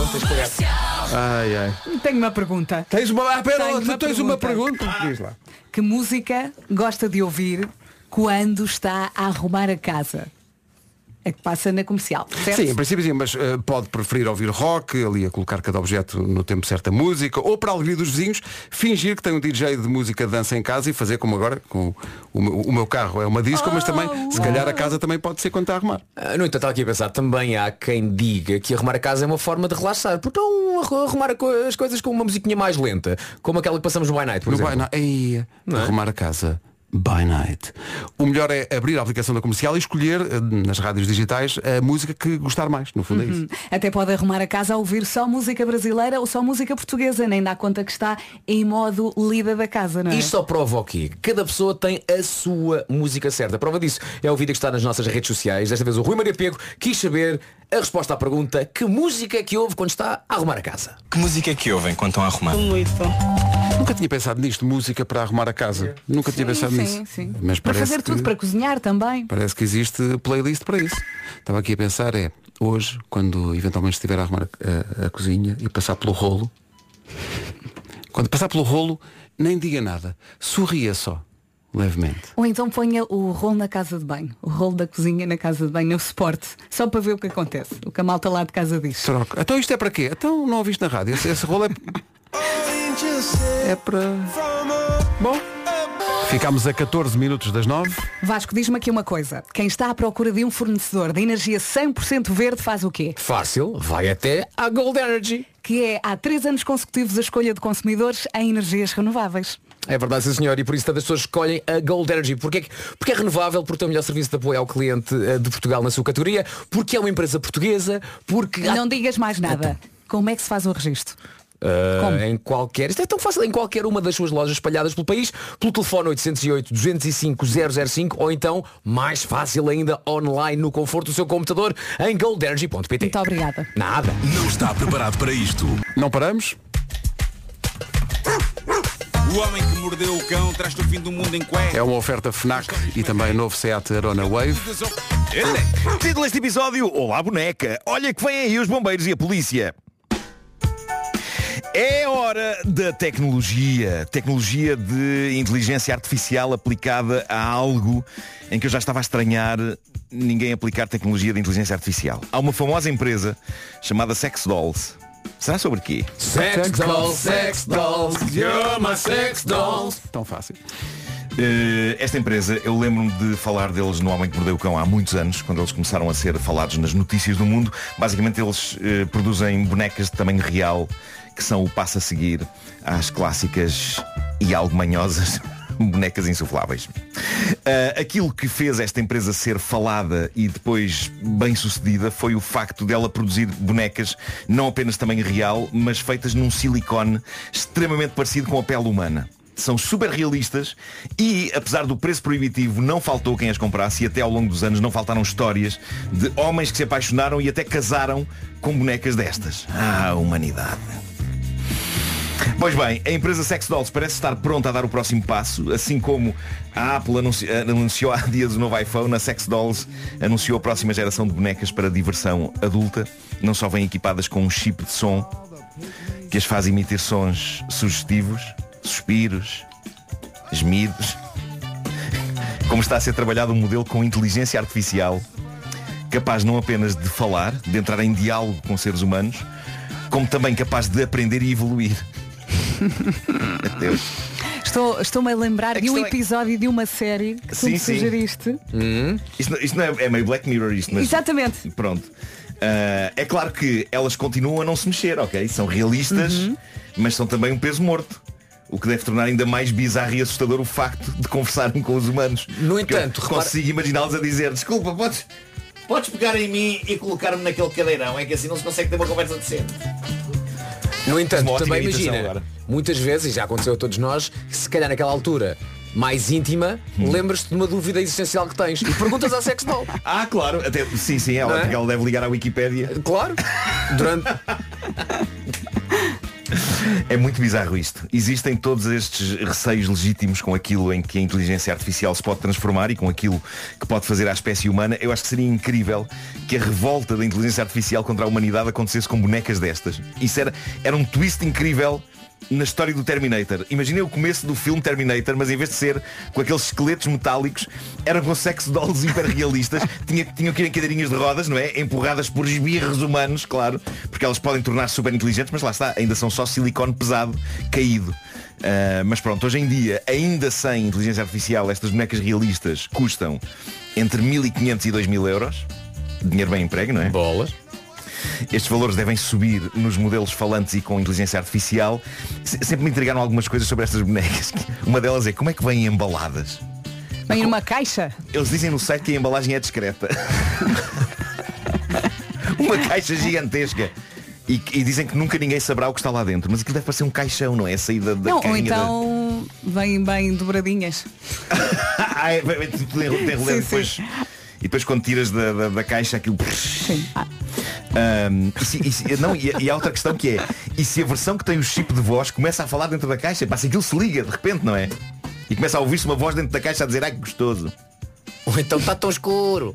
Ai. Tenho uma pergunta. Tens uma pergunta? Diz lá. Que música gosta de ouvir quando está a arrumar a casa? É que passa na Comercial, certo? Sim, em princípio sim, mas pode preferir ouvir rock, ali a colocar cada objeto no tempo certo a música, ou para a alegria dos vizinhos, fingir que tem um DJ de música de dança em casa e fazer como agora, com o meu carro é uma disco, mas também, se calhar a casa também pode ser quando está a arrumar. No entanto, estava aqui a pensar, também há quem diga que arrumar a casa é uma forma de relaxar. Porque não arrumar as coisas com uma musiquinha mais lenta, como aquela que passamos no By Night, por exemplo. Arrumar a casa By Night. O melhor é abrir a aplicação da Comercial e escolher nas rádios digitais a música que gostar mais. No fundo é isso. Até pode arrumar a casa a ouvir só música brasileira ou só música portuguesa. Nem dá conta que está em modo líder da casa, não é? Isto só prova o quê? Cada pessoa tem a sua música certa. A prova disso é o vídeo que está nas nossas redes sociais. Desta vez o Rui Maria Pego quis saber a resposta à pergunta: que música é que ouve quando está a arrumar a casa? Que música é que ouvem quando estão a arrumar? Muito. Nunca tinha pensado nisto, música para arrumar a casa. Nunca tinha pensado nisso. Sim. Mas para fazer tudo, para cozinhar também. Parece que existe playlist para isso. Estava aqui a pensar, hoje, quando eventualmente estiver a arrumar a cozinha e passar pelo rolo, quando passar pelo rolo, nem diga nada. Sorria só, levemente. Ou então ponha o rolo na casa de banho. O rolo da cozinha na casa de banho, no suporte. Só para ver o que acontece. O que a malta lá de casa diz. Troca. Então isto é para quê? Então não ouviste na rádio. Esse rolo é para... Bom, ficámos a 14 minutos das 9. Vasco, diz-me aqui uma coisa. Quem está à procura de um fornecedor de energia 100% verde faz o quê? Fácil, vai até à Gold Energy, que é há 3 anos consecutivos a escolha de consumidores em energias renováveis. É verdade, sim, senhor, e por isso tantas pessoas escolhem a Gold Energy. Porque é renovável, porque tem o melhor serviço de apoio ao cliente de Portugal na sua categoria, porque é uma empresa portuguesa, porque... Não digas mais nada. Como é que se faz o registro? Em qualquer, isto é tão fácil, em qualquer uma das suas lojas espalhadas pelo país, pelo telefone 808-205-005 ou então, mais fácil ainda, online no conforto do seu computador em goldenergy.pt. Muito obrigada. Nada. Não está preparado para isto. Não paramos? O homem que mordeu o cão traz-te o fim do mundo em cuecas. É uma oferta FNAC e também novo Seat Arona Wave. Título deste episódio: Olá boneca, olha que vêm aí os bombeiros e a polícia. É hora da tecnologia de inteligência artificial aplicada a algo em que eu já estava a estranhar ninguém aplicar tecnologia de inteligência artificial. Há uma famosa empresa chamada Sex Dolls. Será sobre quê? Sex dolls, you're my sex dolls. Tão fácil. Esta empresa, eu lembro-me de falar deles no Homem que Mordeu o Cão há muitos anos, quando eles começaram a ser falados nas notícias do mundo. Basicamente eles produzem bonecas de tamanho real, que são o passo a seguir às clássicas e algo manhosas bonecas insufláveis. Aquilo que fez esta empresa ser falada e depois bem sucedida foi o facto dela produzir bonecas não apenas de tamanho real, mas feitas num silicone extremamente parecido com a pele humana. São super realistas e, apesar do preço proibitivo, não faltou quem as comprasse e até ao longo dos anos não faltaram histórias de homens que se apaixonaram e até casaram com bonecas destas. Ah, humanidade. Pois bem, a empresa Sex Dolls parece estar pronta a dar o próximo passo. Assim como a Apple anunciou há dias o novo iPhone, a Sex Dolls anunciou a próxima geração de bonecas para diversão adulta. Não só vêm equipadas com um chip de som que as faz emitir sons sugestivos, suspiros, gemidos, como está a ser trabalhado um modelo com inteligência artificial capaz não apenas de falar, de entrar em diálogo com seres humanos, como também capaz de aprender e evoluir. Adeus. Estou-me a lembrar de um episódio de uma série que tu me sugeriste. Isto não é meio Black Mirror isto, mas... Exatamente. Pronto. É claro que elas continuam a não se mexer, ok? São realistas, mas são também um peso morto. O que deve tornar ainda mais bizarro e assustador o facto de conversarem com os humanos. No entanto, consigo imaginá-los a dizer: desculpa, podes pegar em mim e colocar-me naquele cadeirão. É que assim não se consegue ter uma conversa decente. No entanto, também imagina agora. Muitas vezes, e já aconteceu a todos nós, que se calhar naquela altura mais íntima, lembras-te de uma dúvida existencial que tens e perguntas à Sex Doll. Claro, até, sim, ela, porque ela deve ligar à Wikipédia. Claro. É muito bizarro isto. Existem todos estes receios legítimos com aquilo em que a inteligência artificial se pode transformar e com aquilo que pode fazer à espécie humana. Eu acho que seria incrível que a revolta da inteligência artificial contra a humanidade acontecesse com bonecas destas. Isso era um twist incrível na história do Terminator. Imaginem o começo do filme Terminator, mas em vez de ser com aqueles esqueletos metálicos, eram com Sex Dolls hiperrealistas. Tinham que ir em cadeirinhas de rodas, não é? Empurradas por esbirros humanos, claro, porque elas podem tornar-se super inteligentes, mas lá está, ainda são só silicone pesado, caído. Mas pronto, hoje em dia, ainda sem inteligência artificial, estas bonecas realistas custam entre 1.500 e 2.000 euros. Dinheiro bem emprego, não é? Bolas. Estes valores devem subir nos modelos falantes e com inteligência artificial. Sempre me intrigaram algumas coisas sobre estas bonecas. Uma delas é como é que vêm embaladas? Vem numa caixa? Eles dizem no site que a embalagem é discreta. Uma caixa gigantesca. E dizem que nunca ninguém saberá o que está lá dentro. Mas aquilo deve parecer um caixão, não é? A saída da não, ou então vêm bem dobradinhas. Tudo enrolado depois. E depois quando tiras da caixa aquilo. Sim. E há outra questão que é: e se a versão que tem o chip de voz começa a falar dentro da caixa, passa, aquilo se liga de repente, não é? E começa a ouvir-se uma voz dentro da caixa a dizer: ai que gostoso. Ou então está tão escuro.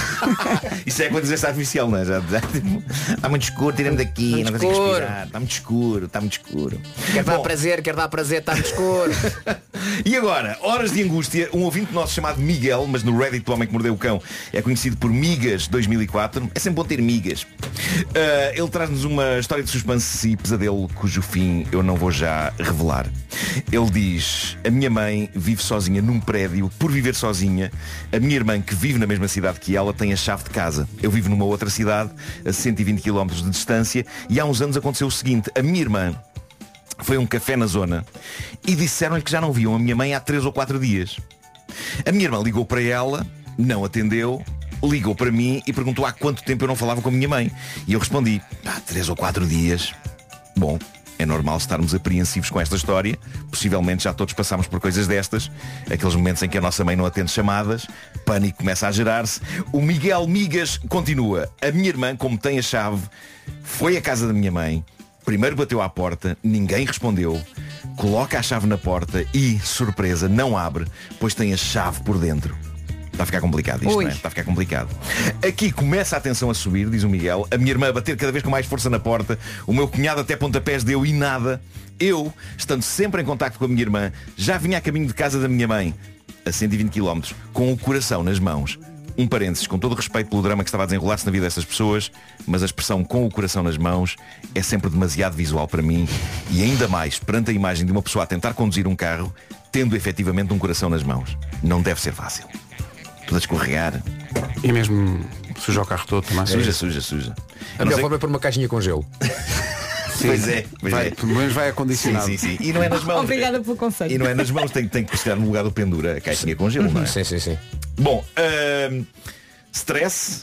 Isso é com a inteligência artificial, não é? Está muito escuro, tira-me daqui, não consigo respirar. Está muito escuro. Quer dar prazer, está muito escuro. E agora, horas de angústia. Um ouvinte nosso chamado Miguel, mas no Reddit do Homem que Mordeu o Cão é conhecido por Migas 2004. É sempre bom ter migas. Ele traz-nos uma história de suspense e pesadelo cujo fim eu não vou já revelar. Ele diz: a minha mãe vive sozinha num prédio. Por viver sozinha, a minha irmã, que vive na mesma cidade que ela, tem a chave de casa. Eu vivo numa outra cidade, a 120 km de distância, e há uns anos aconteceu o seguinte: a minha irmã foi a um café na zona e disseram-lhe que já não viam a minha mãe há 3 ou 4 dias. A minha irmã ligou para ela, não atendeu, ligou para mim e perguntou há quanto tempo eu não falava com a minha mãe. E eu respondi: 3 ou 4 dias. Bom, é normal estarmos apreensivos com esta história. Possivelmente já todos passámos por coisas destas. Aqueles momentos em que a nossa mãe não atende chamadas, pânico começa a gerar-se. O Miguel Migas continua: a minha irmã, como tem a chave, foi à casa da minha mãe. Primeiro bateu à porta, ninguém respondeu. Coloca a chave na porta e, surpresa, não abre, pois tem a chave por dentro. Está a ficar complicado isto, não é? Está a ficar complicado. Aqui começa a tensão a subir, diz o Miguel. A minha irmã a bater cada vez com mais força na porta. O meu cunhado até pontapés deu e nada. Eu, estando sempre em contacto com a minha irmã, já vinha a caminho de casa da minha mãe, a 120 km, com o coração nas mãos. Um parênteses, com todo o respeito pelo drama que estava a desenrolar-se na vida destas pessoas, mas a expressão com o coração nas mãos é sempre demasiado visual para mim, e ainda mais perante a imagem de uma pessoa a tentar conduzir um carro tendo efetivamente um coração nas mãos. Não deve ser fácil. Tudo a escorregar. E mesmo suja o carro todo também. Suja. A melhor forma é pôr uma caixinha com gelo. Sim, pois é. Pelo menos vai acondicionado. Sim. E não é nas mãos. Obrigada pelo conselho. E não é nas mãos, tem que chegar no lugar do pendura a caixinha com gelo, não é? Sim. Bom, stress.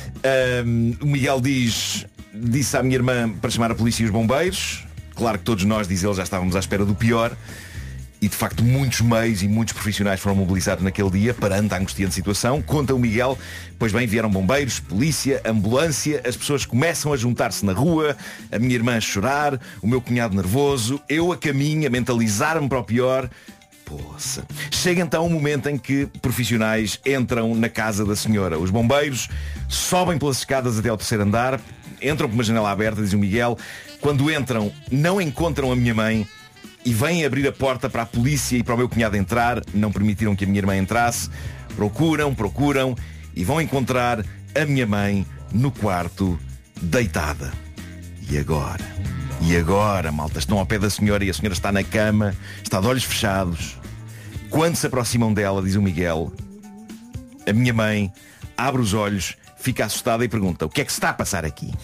O Miguel disse à minha irmã para chamar a polícia e os bombeiros. Claro que todos nós, diz ele, já estávamos à espera do pior. E de facto muitos meios e muitos profissionais foram mobilizados naquele dia perante a angustiante situação. Conta o Miguel, pois bem, vieram bombeiros, polícia, ambulância, as pessoas começam a juntar-se na rua, a minha irmã a chorar, o meu cunhado nervoso, eu a caminho, a mentalizar-me para o pior. Poça. Chega então um momento em que profissionais entram na casa da senhora. Os bombeiros sobem pelas escadas até ao 3º andar, entram por uma janela aberta, diz o Miguel. Quando entram, não encontram a minha mãe e vêm abrir a porta para a polícia e para o meu cunhado entrar. Não permitiram que a minha irmã entrasse. Procuram e vão encontrar a minha mãe no quarto, deitada. E agora, malta, estão ao pé da senhora e a senhora está na cama, está de olhos fechados. Quando se aproximam dela, diz o Miguel, a minha mãe abre os olhos, fica assustada e pergunta: o que é que se está a passar aqui?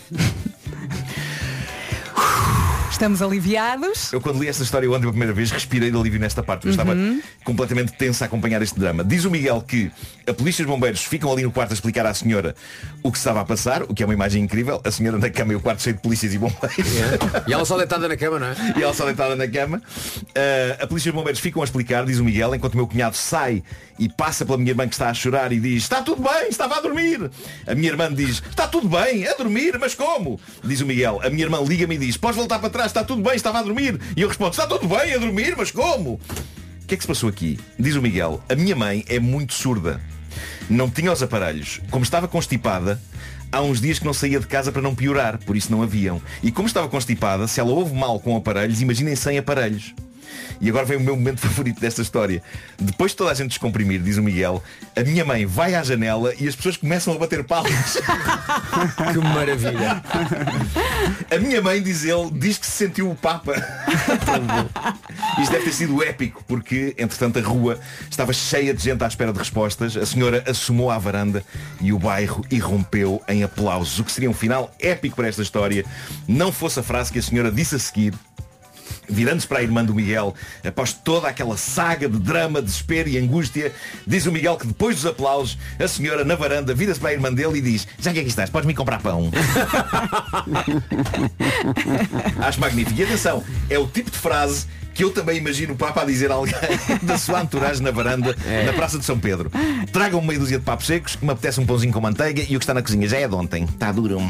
Estamos aliviados. Eu quando li esta história ontem pela primeira vez respirei de alívio nesta parte. Eu estava completamente tenso a acompanhar este drama. Diz o Miguel que a polícia e os bombeiros ficam ali no quarto a explicar à senhora o que estava a passar, o que é uma imagem incrível. A senhora na cama e o quarto cheio de polícias e bombeiros. E ela só deitada na cama, não é? E ela só deitada na cama. A polícia e os bombeiros ficam a explicar, diz o Miguel, enquanto o meu cunhado sai e passa pela minha irmã que está a chorar e diz: está tudo bem, estava a dormir. A minha irmã diz: está tudo bem, a dormir, mas como? Diz o Miguel. A minha irmã liga-me e diz: podes voltar para trás, está tudo bem, estava a dormir. E eu respondo: está tudo bem, a dormir, mas como? O que é que se passou aqui? Diz o Miguel: a minha mãe é muito surda. Não tinha os aparelhos. Como estava constipada, há uns dias que não saía de casa para não piorar, por isso não haviam. E como estava constipada, se ela ouve mal com aparelhos, imaginem sem aparelhos. E agora vem o meu momento favorito desta história. Depois de toda a gente descomprimir, diz o Miguel, a minha mãe vai à janela e as pessoas começam a bater palmas. Que maravilha. A minha mãe, diz ele, diz que se sentiu o Papa. Isto deve ter sido épico, porque entretanto a rua estava cheia de gente à espera de respostas. A senhora assomou à varanda e o bairro irrompeu em aplausos. O que seria um final épico para esta história, não fosse a frase que a senhora disse a seguir, virando-se para a irmã do Miguel, após toda aquela saga de drama, desespero e angústia. Diz o Miguel que depois dos aplausos, a senhora na varanda vira-se para a irmã dele e diz: já que aqui estás, podes-me comprar pão. Acho magnífico. E atenção, é o tipo de frase que eu também imagino o Papa a dizer a alguém da sua entourage na varanda, na Praça de São Pedro: tragam meia dúzia de papos secos, que me apetece um pãozinho com manteiga, e o que está na cozinha já é de ontem. Está duro.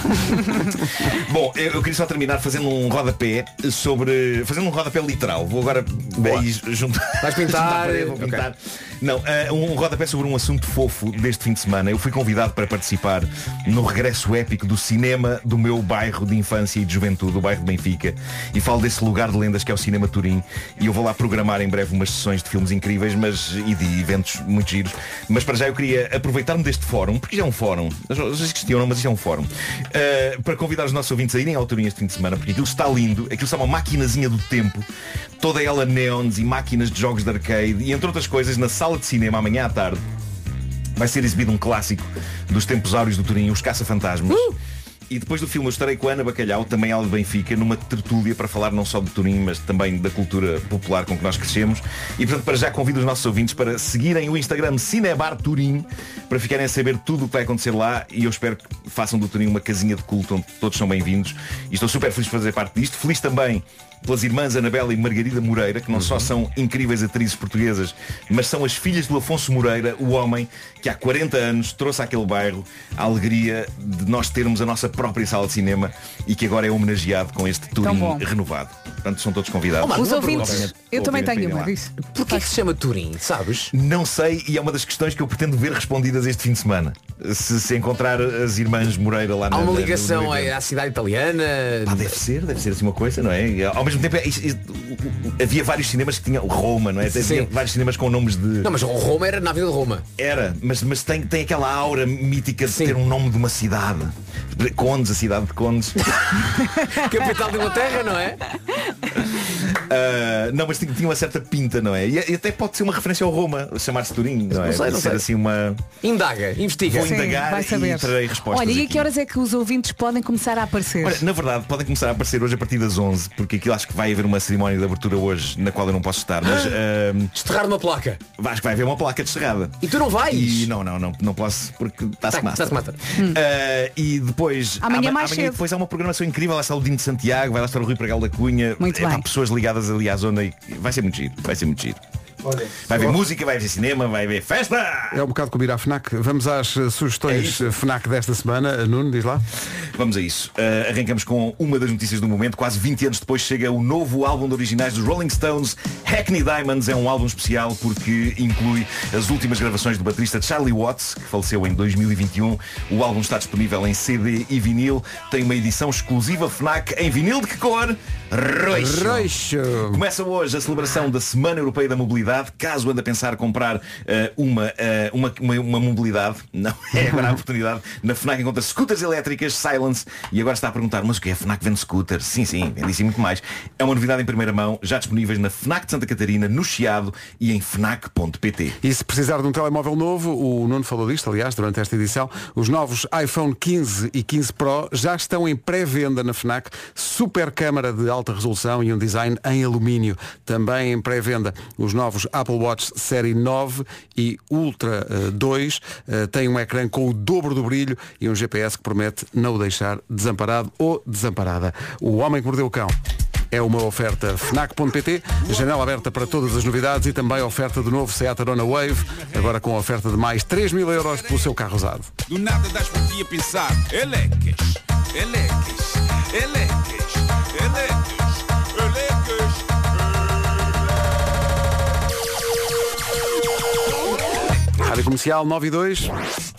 Bom, eu queria só terminar fazendo um rodapé fazendo um rodapé literal. Vou agora juntar. Vais pintar? Vou pintar. Não, um rodapé sobre um assunto fofo deste fim de semana. Eu fui convidado para participar no regresso épico do cinema do meu bairro de infância e de juventude, o bairro de Benfica. E falo desse lugar de lendas que é o Cinema Turim. E eu vou lá programar em breve umas sessões de filmes incríveis e de eventos muito giros. Mas para já eu queria aproveitar-me deste fórum, porque já é um fórum. Vocês questionam, mas isto é um fórum. Para convidar os nossos ouvintes a irem ao Turim este fim de semana, porque aquilo está lindo. Aquilo está uma maquinazinha do tempo. Toda ela neons e máquinas de jogos de arcade. E entre outras coisas, na sala de cinema amanhã à tarde vai ser exibido um clássico dos tempos áureos do Turim, Os Caça-Fantasmas. E depois do filme eu estarei com a Ana Bacalhau, também ela de Benfica, numa tertúlia para falar não só de Turim, mas também da cultura popular com que nós crescemos. E portanto para já convido os nossos ouvintes para seguirem o Instagram Cinebar Turim, para ficarem a saber tudo o que vai acontecer lá. E eu espero que façam do Turim uma casinha de culto onde todos são bem-vindos. E estou super feliz de fazer parte disto. Feliz também pelas irmãs Anabela e Margarida Moreira, que não só são incríveis atrizes portuguesas, mas são as filhas do Afonso Moreira, o homem que há 40 anos trouxe àquele bairro a alegria de nós termos a nossa própria sala de cinema e que agora é homenageado com este Turim renovado. Portanto, são todos convidados. Os ouvintes, eu também tenho uma disso. Porquê que se chama Turim, sabes? Não sei, e é uma das questões que eu pretendo ver respondidas este fim de semana. Se encontrar as irmãs Moreira lá na... Há uma ligação à cidade italiana? Deve ser assim uma coisa, não é? Ao mesmo tempo, havia vários cinemas que tinham Roma, não é? Havia vários cinemas com nomes de... Não, mas Roma era na vida de Roma. Era, mas tem aquela aura mítica de ter um nome de uma cidade. Condes, a cidade de Condes. Capital de Inglaterra, não é? Não, mas tinha uma certa pinta, não é? E até pode ser uma referência ao Roma, chamar-se Turim, não é? Não sei. Assim uma... Indaga, investiga. Vou indagar e trarei respostas. Olha, e a aqui. que horas é que os ouvintes podem começar a aparecer? Olha, na verdade, podem começar a aparecer hoje a partir das 11, porque aquilo acho que vai haver uma cerimónia de abertura hoje, na qual eu não posso estar, mas... Desterrar uma placa. Acho que vai haver uma placa desterrada. E tu não vais? E não posso, porque está-se mata. E depois... Amanhã mais cedo. Depois há uma programação incrível, lá está o Dino de Santiago, vai lá estar o Rui Pregal da Cunha. Muito bem. Pessoas ligadas ali à zona semana e vai ser muito giro. Olha, vai haver música, vai haver cinema, vai haver festa! É um bocado como ir à FNAC. Vamos às sugestões FNAC desta semana. Nuno, diz lá. Vamos a isso. Arrancamos com uma das notícias do momento. Quase 20 anos depois chega o novo álbum de originais dos Rolling Stones. Hackney Diamonds é um álbum especial porque inclui as últimas gravações do baterista Charlie Watts, que faleceu em 2021. O álbum está disponível em CD e vinil. Tem uma edição exclusiva FNAC em vinil de que cor? Roxo. Começa hoje a celebração da Semana Europeia da Mobilidade. Caso ande a pensar comprar uma mobilidade, não é agora a oportunidade. Na FNAC encontra scooters elétricas, Silence, e agora está a perguntar, mas o que é? A FNAC vende scooters? Sim, vende isso e muito mais. É uma novidade em primeira mão, já disponíveis na FNAC de Santa Catarina, no Chiado e em FNAC.pt. E se precisar de um telemóvel novo, o Nuno falou disto, aliás, durante esta edição, os novos iPhone 15 e 15 Pro já estão em pré-venda na FNAC. Super câmara de alta resolução e um design em alumínio. Também em pré-venda os novos Apple Watch Série 9 e Ultra 2 têm um ecrã com o dobro do brilho e um GPS que promete não o deixar desamparado ou desamparada. O Homem que Mordeu o Cão é uma oferta FNAC.pt, janela aberta para todas as novidades e também a oferta do novo Seat Arona Wave, agora com a oferta de mais 3.000 euros pelo seu carro usado. Do nada das por ti a pensar, elecas. Rádio Comercial 9 e 2.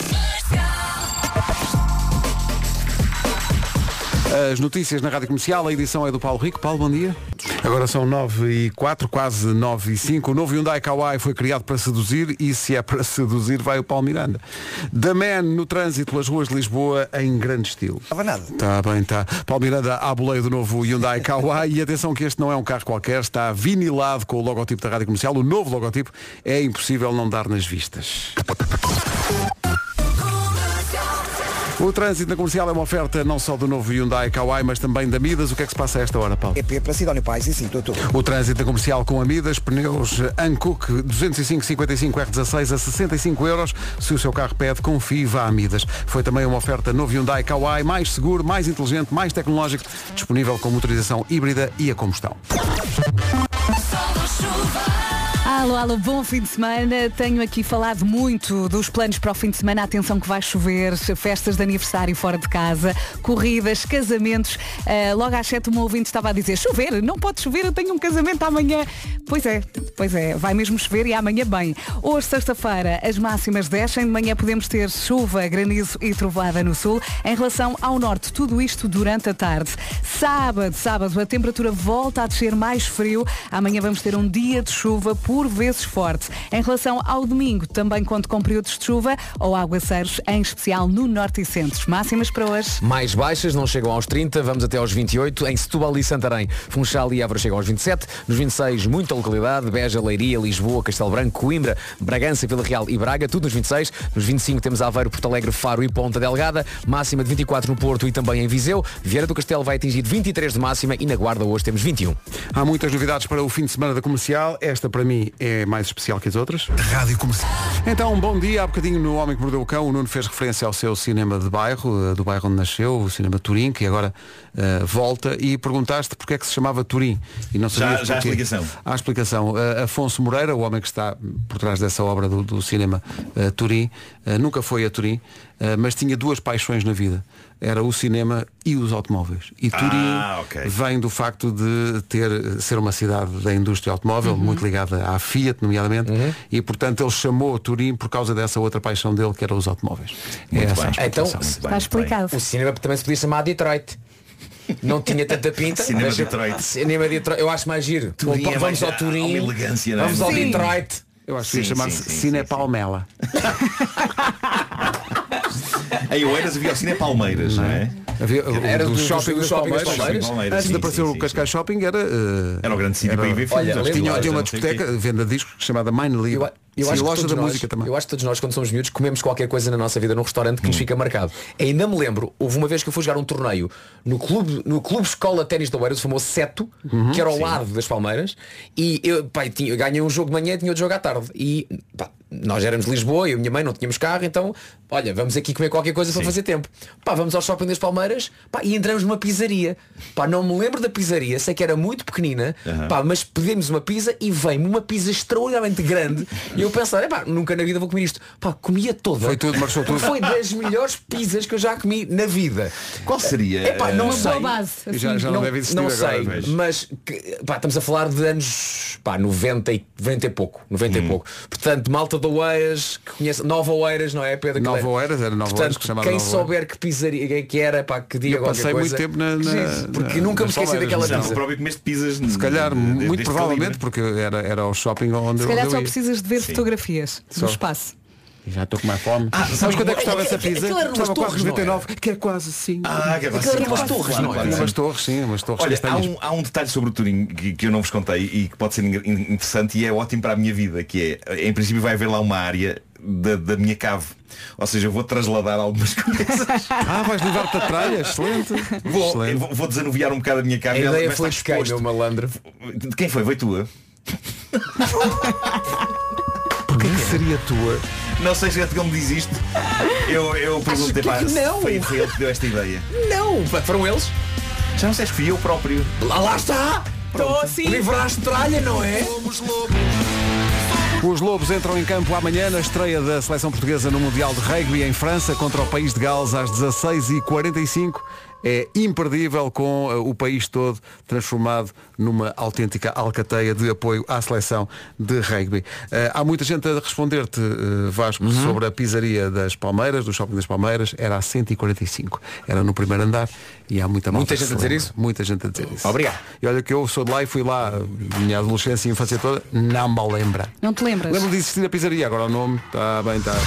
As notícias na Rádio Comercial, a edição é do Paulo Rico. Paulo, bom dia. Agora são 9 e 4, quase 9 e 5. O novo Hyundai Kauai foi criado para seduzir e se é para seduzir vai o Paulo Miranda. The Man no trânsito pelas ruas de Lisboa em grande estilo. Não estava nada. Está bem, está. Paulo Miranda à boleia do novo Hyundai Kauai e atenção que este não é um carro qualquer, está vinilado com o logotipo da Rádio Comercial. O novo logotipo é impossível não dar nas vistas. O trânsito na Comercial é uma oferta não só do novo Hyundai Kauai, mas também da Midas. O que é que se passa a esta hora, Paulo? EP para Sidónio Pais e sim, tudo. O trânsito na Comercial com a Midas, pneus Hankook 205/55 R16 a 65 euros. Se o seu carro pede, confie, vá a Midas. Foi também uma oferta novo Hyundai Kauai, mais seguro, mais inteligente, mais tecnológico, disponível com motorização híbrida e a combustão. Alô, bom fim de semana. Tenho aqui falado muito dos planos para o fim de semana. Atenção que vai chover, festas de aniversário fora de casa, corridas, casamentos. Logo às 7 uma ouvinte estava a dizer, chover, não pode chover, eu tenho um casamento amanhã. Pois é, vai mesmo chover e amanhã bem. Hoje, sexta-feira, as máximas descem. De manhã podemos ter chuva, granizo e trovoada no sul. Em relação ao norte, tudo isto durante a tarde. Sábado, a temperatura volta a descer, mais frio. Amanhã vamos ter um dia de chuva por vezes forte. Em relação ao domingo, também conto com períodos de chuva ou aguaceiros, em especial no norte e centro. Máximas para hoje. Mais baixas, não chegam aos 30, vamos até aos 28. Em Setúbal e Santarém, Funchal e Évora chegam aos 27. Nos 26, muita localidade, Beja, Leiria, Lisboa, Castelo Branco, Coimbra, Bragança, Vila Real e Braga, tudo nos 26. Nos 25 temos Aveiro, Porto Alegre, Faro e Ponta Delgada. Máxima de 24 no Porto e também em Viseu. Vieira do Castelo vai atingir 23 de máxima e na Guarda hoje temos 21. Há muitas novidades para o fim de semana da Comercial. Esta para mim é mais especial que as outras. Rádio Comercial. Então, bom dia. Há bocadinho no Homem que Mordeu o Cão, o Nuno fez referência ao seu cinema de bairro, do bairro onde nasceu, o cinema Turim, que agora volta, e perguntaste porque é que se chamava Turim. E não sabias já há explicação. Há explicação. Afonso Moreira, o homem que está por trás dessa obra do cinema Turim, nunca foi a Turim, mas tinha duas paixões na vida. Era o cinema e os automóveis. E Turim vem do facto de ser uma cidade da indústria automóvel, muito ligada à Fiat, nomeadamente, e portanto ele chamou Turim por causa dessa outra paixão dele, que era os automóveis. Então, está explicado. O cinema também se podia chamar Detroit. Não tinha tanta pinta. Cinema Detroit. Cinema Detroit. Eu acho mais giro. Vamos ao Turim. Elegância, vamos ao Detroit. Eu acho que ia chamar-se Cine Palmela. Em Oeiras havia o Cine Palmeiras, não é? Era do shopping dos Palmeiras. Antes de aparecer o Cascais Shopping era o grande sítio para ir ver filmes. Tinha uma discoteca, venda discos, chamada Mine Live. Loja da música também. Eu acho que todos nós, quando somos miúdos, comemos qualquer coisa na nossa vida num restaurante que nos fica marcado. Ainda me lembro, houve uma vez que eu fui jogar um torneio no clube Escola Ténis de Oeiras, o famoso Seto, que era ao lado das Palmeiras, e eu ganhei um jogo de manhã e tinha outro jogo à tarde. E nós éramos de Lisboa, eu e a minha mãe não tínhamos carro, então, olha, vamos aqui comer qualquer coisa para fazer tempo. Pá, vamos ao shopping das Palmeiras, pá, e entramos numa pizzaria. Pá, não me lembro da pizzaria, sei que era muito pequenina, pá, mas pedimos uma pizza e veio-me uma pizza extraordinariamente grande. E eu pensei, pá, nunca na vida vou comer isto. Pá, comia toda. Foi tudo, marchou tudo. Foi das melhores pizzas que eu já comi na vida. Qual seria? Epá, não Uma sei. boa base. Assim. Já não deve existir não agora, sei, mas pá, estamos a falar de anos 90 e pouco. Portanto, malta de Oeiras, que conhece Nova Oeiras, não é, Pedro? Nova Oeiras, era Nova Oeiras, que Portanto, chamava quem Nova souber que pizzaria que era, pá, que diga eu qualquer passei coisa. muito tempo porque nunca me esqueci daquela Já pizza. próprio comeste pizzas. Se calhar, muito provavelmente, calibre. porque era o shopping onde Se calhar eu só ia. precisas de ver fotografias do espaço. Já estou com mais fome. Sabes quando é que gostava essa pizza? aquilo era umas Custava torres, 4,99, que é quase assim. Que é Aquilo era umas torres, não é? Umas torres, sim, umas torres. Olha, castanhas. há um detalhe sobre o Turim que eu não vos contei e que pode ser interessante e é ótimo para a minha vida, que é, em princípio vai haver lá uma área da minha cave. Ou seja, eu vou trasladar algumas coisas. Vais levar-te a tralha, excelente. Vou desanuviar um bocado a minha cave. A e ela ideia vai foi estar de quem, exposto. meu malandro? De quem foi? Foi tua? Porquê que seria tua? Não sei se é que ele me diz isto. Eu perguntei, pá, não. foi ele que deu esta ideia. Não, foram eles? Já não sei se fui eu próprio. Lá está! Estou assim. Livraste tralha, não é? Os Lobos entram em campo amanhã na estreia da seleção portuguesa no Mundial de Rugby em França contra o país de Gales às 16h45. É imperdível, com o país todo transformado numa autêntica alcateia de apoio à seleção de rugby. Há muita gente a responder-te, Vasco, sobre a pizzaria das Palmeiras, do shopping das Palmeiras. Era a 145. Era no primeiro andar e há muita malta. Muita gente a dizer isso? Muita gente a dizer isso. Obrigado. E olha que eu sou de lá e fui lá, minha adolescência e infância toda, não me lembra. Não te lembras? Lembro de existir a pizzaria, agora o nome está bem, está.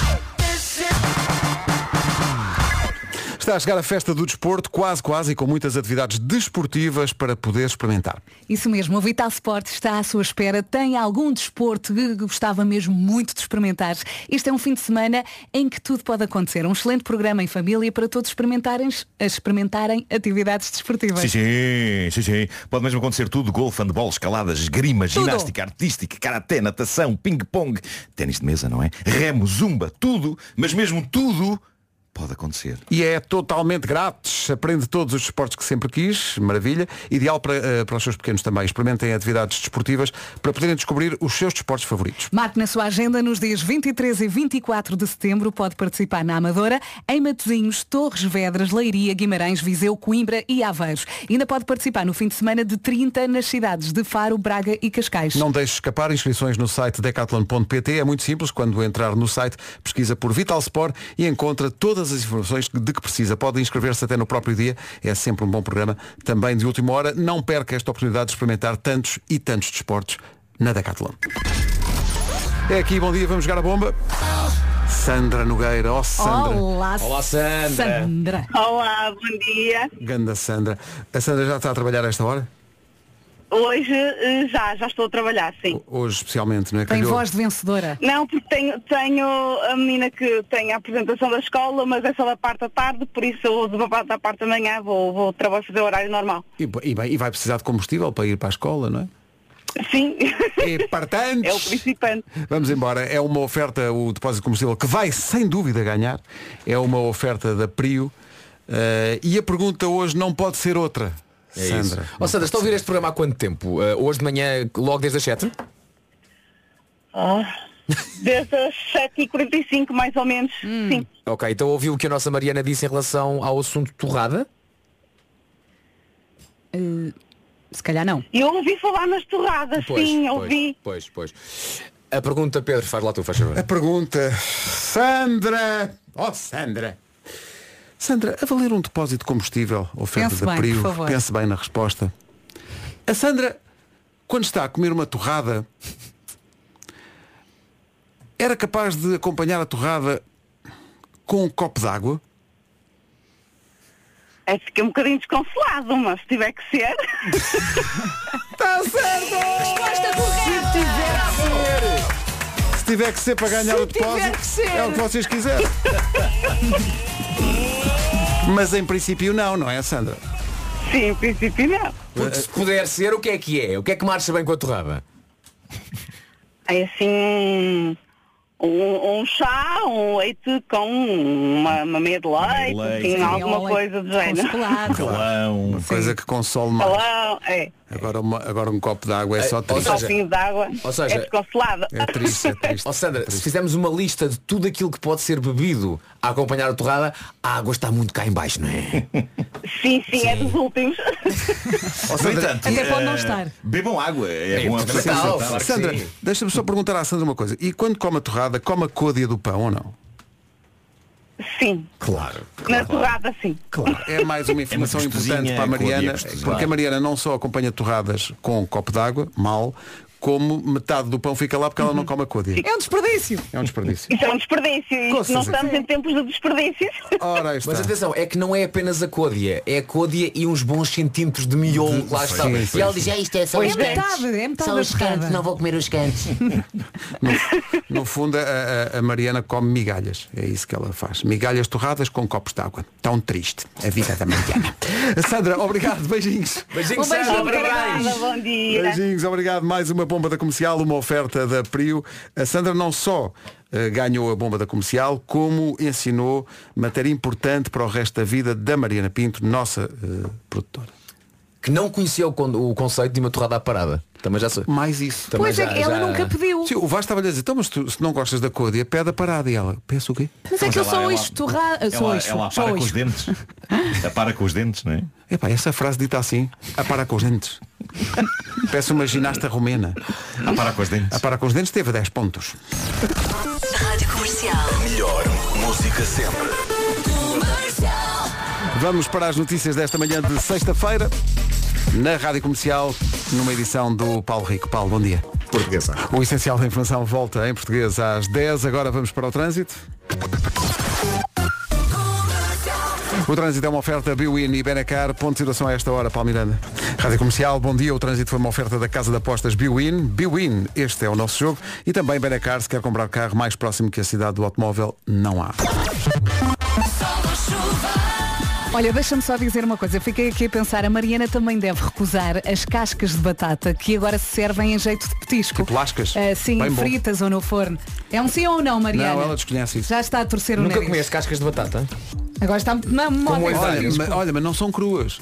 Está a chegar a festa do desporto, quase, e com muitas atividades desportivas para poder experimentar. Isso mesmo, o Vital Sport está à sua espera. Tem algum desporto que gostava mesmo muito de experimentar? Este é um fim de semana em que tudo pode acontecer. Um excelente programa em família para todos experimentarem atividades desportivas. Sim. Pode mesmo acontecer tudo: golfe, handball, escalada, esgrima, ginástica artística, karaté, natação, ping-pong, ténis de mesa, não é? Remo, zumba, tudo, mas mesmo tudo pode acontecer. E é totalmente grátis. Aprende todos os desportos que sempre quis. Maravilha. Ideal para os seus pequenos também. Experimentem atividades desportivas para poderem descobrir os seus desportos favoritos. Marque na sua agenda nos dias 23 e 24 de setembro. Pode participar na Amadora, em Matosinhos, Torres Vedras, Leiria, Guimarães, Viseu, Coimbra e Aveiros. E ainda pode participar no fim de semana de 30 nas cidades de Faro, Braga e Cascais. Não deixe escapar. Inscrições no site decathlon.pt. É muito simples. Quando entrar no site, pesquisa por Vital Sport e encontra todas as informações de que precisa. Pode inscrever-se até no próprio dia. É sempre um bom programa. Também de última hora. Não perca esta oportunidade de experimentar tantos e tantos desportos na Decathlon. É aqui, bom dia, vamos jogar a bomba. Sandra Nogueira. Oh, Sandra. Olá, Sandra. Olá, bom dia. Ganda Sandra. A Sandra já está a trabalhar a esta hora? Hoje já estou a trabalhar, sim. Hoje especialmente, não é? Tem voz de vencedora. Não, porque tenho a menina que tem a apresentação da escola, mas é só da parte da tarde, por isso eu da parte da manhã vou trabalhar, fazer o horário normal. E vai precisar de combustível para ir para a escola, não é? Sim. E partante. É o principante. Vamos embora. É uma oferta, o depósito de combustível, que vai sem dúvida ganhar. É uma oferta da Prio. E a pergunta hoje não pode ser outra. É Sandra. Ó Sandra, está a ouvir este programa há quanto tempo? Hoje de manhã, logo desde as 7? Desde as 7h45, mais ou menos. Sim. Ok, então ouviu o que a nossa Mariana disse em relação ao assunto torrada? Se calhar não. Eu ouvi falar nas torradas, sim, ouvi. Pois. A pergunta, Pedro, faz lá tu, faz favor. A pergunta, Sandra. Sandra, a valer um depósito de combustível, oferta Pense da bem, Prio, por favor. pense bem na resposta. A Sandra, quando está a comer uma torrada, era capaz de acompanhar a torrada com um copo de água? Fiquei um bocadinho desconsolado, mas se tiver que ser. Está certo! Resposta correta! Se tiver que ser para ganhar o depósito, é o que vocês quiserem. Mas em princípio não é, Sandra? Sim, em princípio não. Porque se puder ser, o que é? O que é que marcha bem com a torrada? É assim Um chá, um leite com uma meia de leite, assim, alguma coisa do género. Calão. Uma coisa que console mais. Calão, é. Agora um copo de água é só triste. Um copinho de água é desconsolado. É triste. Ó Sandra, se fizermos uma lista de tudo aquilo que pode ser bebido a acompanhar a torrada, a água está muito cá em baixo, não é? Sim, é dos últimos. No entanto, até pode não estar. Bebam água. É bom Claro, Sandra, deixa-me só perguntar à Sandra uma coisa. E quando come a torrada, come a côdea do pão ou não? Sim. Claro. Na torrada, sim. Claro. É mais uma informação importante para a Mariana, porque a Mariana não só acompanha torradas com um copo de água, mal, como metade do pão fica lá porque ela não come a côdea. É um desperdício. É um desperdício. Isso é um desperdício. Isto não estamos em tempos de desperdícios. Ora, aí está. Mas atenção, é que não é apenas a côdea, é a côdea e uns bons centímetros de miolo que lá está. Sim. E ela diz, isto é só os cantos. É metade São da os cantos, torrada. não vou comer os cantos. No fundo, a Mariana come migalhas. É isso que ela faz. Migalhas torradas com copos de água. Tão triste a vida da Mariana. Sandra, obrigado. Beijinhos. Beijinhos, Um beijinho, Sandra. parabéns. Bom dia. Beijinhos, obrigado. Mais uma bomba da comercial, uma oferta da Prio. A Sandra não só ganhou a bomba da comercial, como ensinou matéria importante para o resto da vida da Mariana Pinto, nossa produtora. Que não conhecia o conceito de uma torrada à parada. Também já sei. Mais isso. Também Pois é, que ela nunca pediu. Sim, o Vasco estava a dizer, então, mas tu, se não gostas da côdea, pede a parada. E ela, peço o quê? Mas é que eu sou isto, torrada. Ela para com os dentes. Para com os dentes, não é? Epá, essa frase dita assim, apara com os dentes. Peço uma ginasta romena. Apara com os dentes. Apara com os dentes teve 10 pontos. Rádio Comercial. Melhor música sempre. Vamos para as notícias desta manhã de sexta-feira, na Rádio Comercial, numa edição do Paulo Rico. Paulo, bom dia. Portuguesa. O essencial da informação volta em português às 10. Agora vamos para o trânsito. O trânsito é uma oferta Biwin e Benacar. Ponto de situação a esta hora, Paulo Miranda. Rádio Comercial, bom dia. O trânsito foi uma oferta da Casa de Apostas Biwin. Biwin, este é o nosso jogo. E também Benacar, se quer comprar carro mais próximo que a cidade do automóvel, não há. Olha, deixa-me só dizer uma coisa. Fiquei aqui a pensar, a Mariana também deve recusar as cascas de batata que agora se servem em jeito de petisco. Tipo lascas? Sim, Bem bom. fritas ou no forno. É um sim ou não, Mariana? Não, ela desconhece isso. Já está a torcer o Nunca nariz. comeste cascas de batata? Agora está na moda. Olha, mas não são cruas.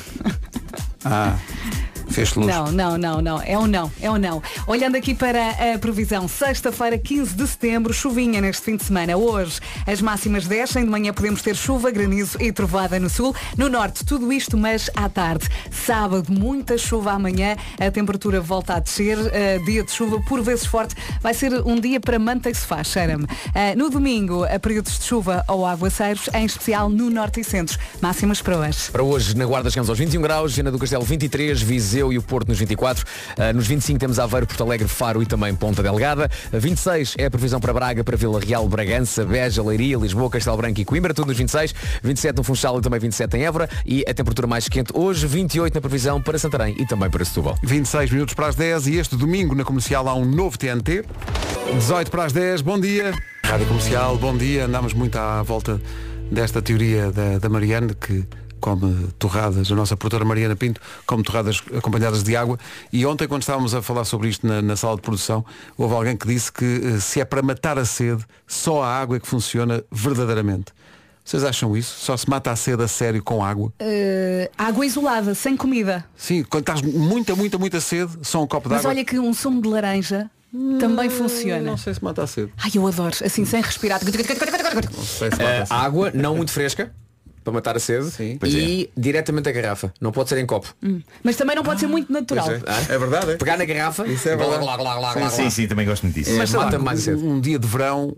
Fez-te luz. Não. É um não. Olhando aqui para a previsão, sexta-feira, 15 de setembro, chuvinha neste fim de semana. Hoje as máximas descem, de manhã podemos ter chuva, granizo e trovada no sul. No norte, tudo isto, mas à tarde. Sábado, muita chuva amanhã, a temperatura volta a descer, dia de chuva por vezes forte. Vai ser um dia para manta e sofá, cheira-me. No domingo, períodos de chuva ou aguaceiros, em especial no norte e centro. Máximas para hoje. Para hoje, na Guarda chegamos aos 21 graus, Viana do Castelo 23, Viseu e o Porto nos 24. Nos 25 temos Aveiro, Porto Alegre, Faro e também Ponta Delgada. 26 é a previsão para Braga, para Vila Real, Bragança, Beja, Leiria, Lisboa, Castelo Branco e Coimbra, tudo nos 26. 27 no Funchal e também 27 em Évora. E a temperatura mais quente hoje, 28 na previsão para Santarém e também para Setúbal. 26 minutos para as 10 e este domingo na Comercial há um novo TNT. 18 para as 10, bom dia. Rádio Comercial, bom dia. Andámos muito à volta desta teoria da Mariana, que come torradas, a nossa produtora Mariana Pinto come torradas acompanhadas de água, e ontem quando estávamos a falar sobre isto na sala de produção, houve alguém que disse que se é para matar a sede, só a água é que funciona verdadeiramente. Vocês acham isso? Só se mata a sede a sério com água? Água isolada, sem comida. Sim, quando estás muita sede, só um copo de Mas água. olha que um sumo de laranja também funciona. Não sei se mata a sede. Ai, eu adoro, assim sem respirar. Não sei se mata a sede. Água não muito fresca, para matar a sede. Sim. E diretamente a garrafa. Não pode ser em copo. Mas também não pode ser muito natural. É verdade, é? Pegar na garrafa. Isso é verdade. Sim, também gosto muito disso. Mas mata mais a sede. Um dia de verão,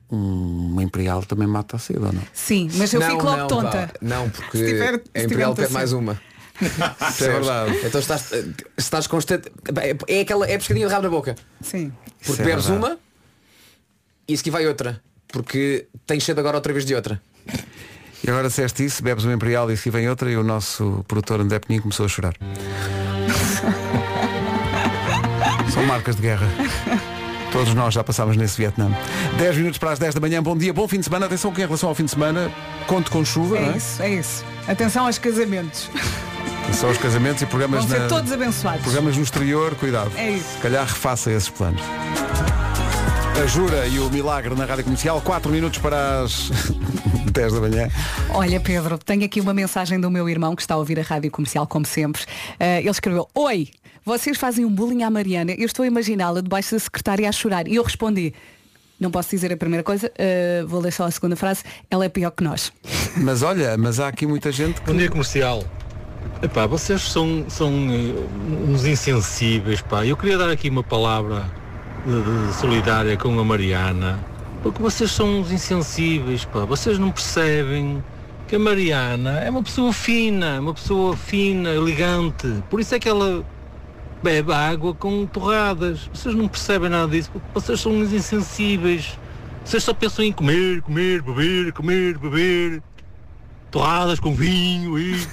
uma Imperial também mata a sede, ou não? Sim, mas eu fico logo tonta. Pá, não, porque Se a Imperial tiver pede mais uma. Isso é verdade. Então estás constante. É pescadinho de rabo na boca. Sim. Porque Isso é bebes verdade. uma e se que vai outra. Porque tens sede agora outra vez de outra. E agora disseste isso, bebes uma Imperial e se vem outra, e o nosso produtor André Peninho começou a chorar. São marcas de guerra. Todos nós já passámos nesse Vietnã. 10 minutos para as 10 da manhã, bom dia, bom fim de semana. Atenção que em relação ao fim de semana, conto com chuva, não é? É isso. Atenção aos casamentos. São os casamentos e programas Vão ser todos abençoados. programas no exterior, cuidado. É isso. Se calhar refaça esses planos. A Jura e o Milagre na Rádio Comercial, 4 minutos para as 10 da manhã. Olha, Pedro, tenho aqui uma mensagem do meu irmão que está a ouvir a Rádio Comercial, como sempre. Ele escreveu: Oi, vocês fazem um bullying à Mariana. Eu estou a imaginá-la debaixo da secretária a chorar. E eu respondi: não posso dizer a primeira coisa, vou ler só a segunda frase. Ela é pior que nós. Mas olha, mas há aqui muita gente que... Bom dia, Comercial. Epá, vocês são uns insensíveis, pá. Eu queria dar aqui uma palavra de solidária com a Mariana, porque vocês são uns insensíveis, pá. Vocês não percebem que a Mariana é uma pessoa fina, elegante. Por isso é que ela bebe água com torradas. Vocês não percebem nada disso, porque vocês são uns insensíveis. Vocês só pensam em comer, beber. Torradas com vinho e...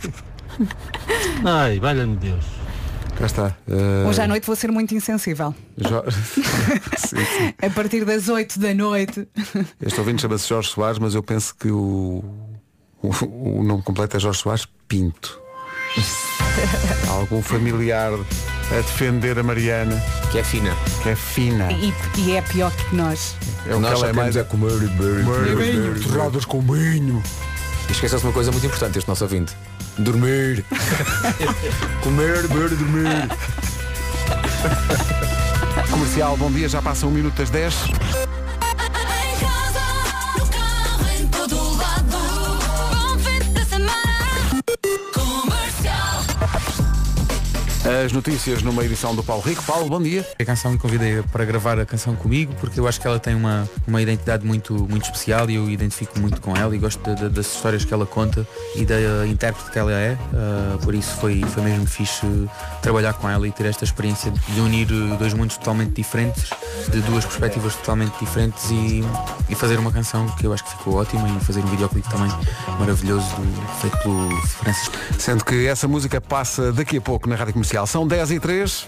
Ai, valha-me Deus. Cá está. Hoje à noite vou ser muito insensível. Sim. A partir das 8 da noite. Este ouvinte chama-se Jorge Soares, mas eu penso que o nome completo é Jorge Soares Pinto. Há algum familiar a defender a Mariana. Que é fina. E é pior que nós. É o que ela é mais a comer e beber. Torradas com vinho. E esqueceu-se uma coisa muito importante, este nosso ouvinte: dormir. Comer, beber, dormir. Comercial, bom dia, já passa 1 minuto das 10. As notícias numa edição do Paulo Rico. Paulo, bom dia. A canção me convidei para gravar a canção comigo porque eu acho que ela tem uma identidade muito especial e eu identifico muito com ela e gosto das histórias que ela conta e da intérprete que ela é. Por isso foi mesmo fixe trabalhar com ela e ter esta experiência de unir dois mundos totalmente diferentes, de duas perspectivas totalmente diferentes e fazer uma canção que eu acho que ficou ótima e fazer um videoclipe também maravilhoso feito pelo Francis. Sendo que essa música passa daqui a pouco na Rádio Comercial. São 10h03.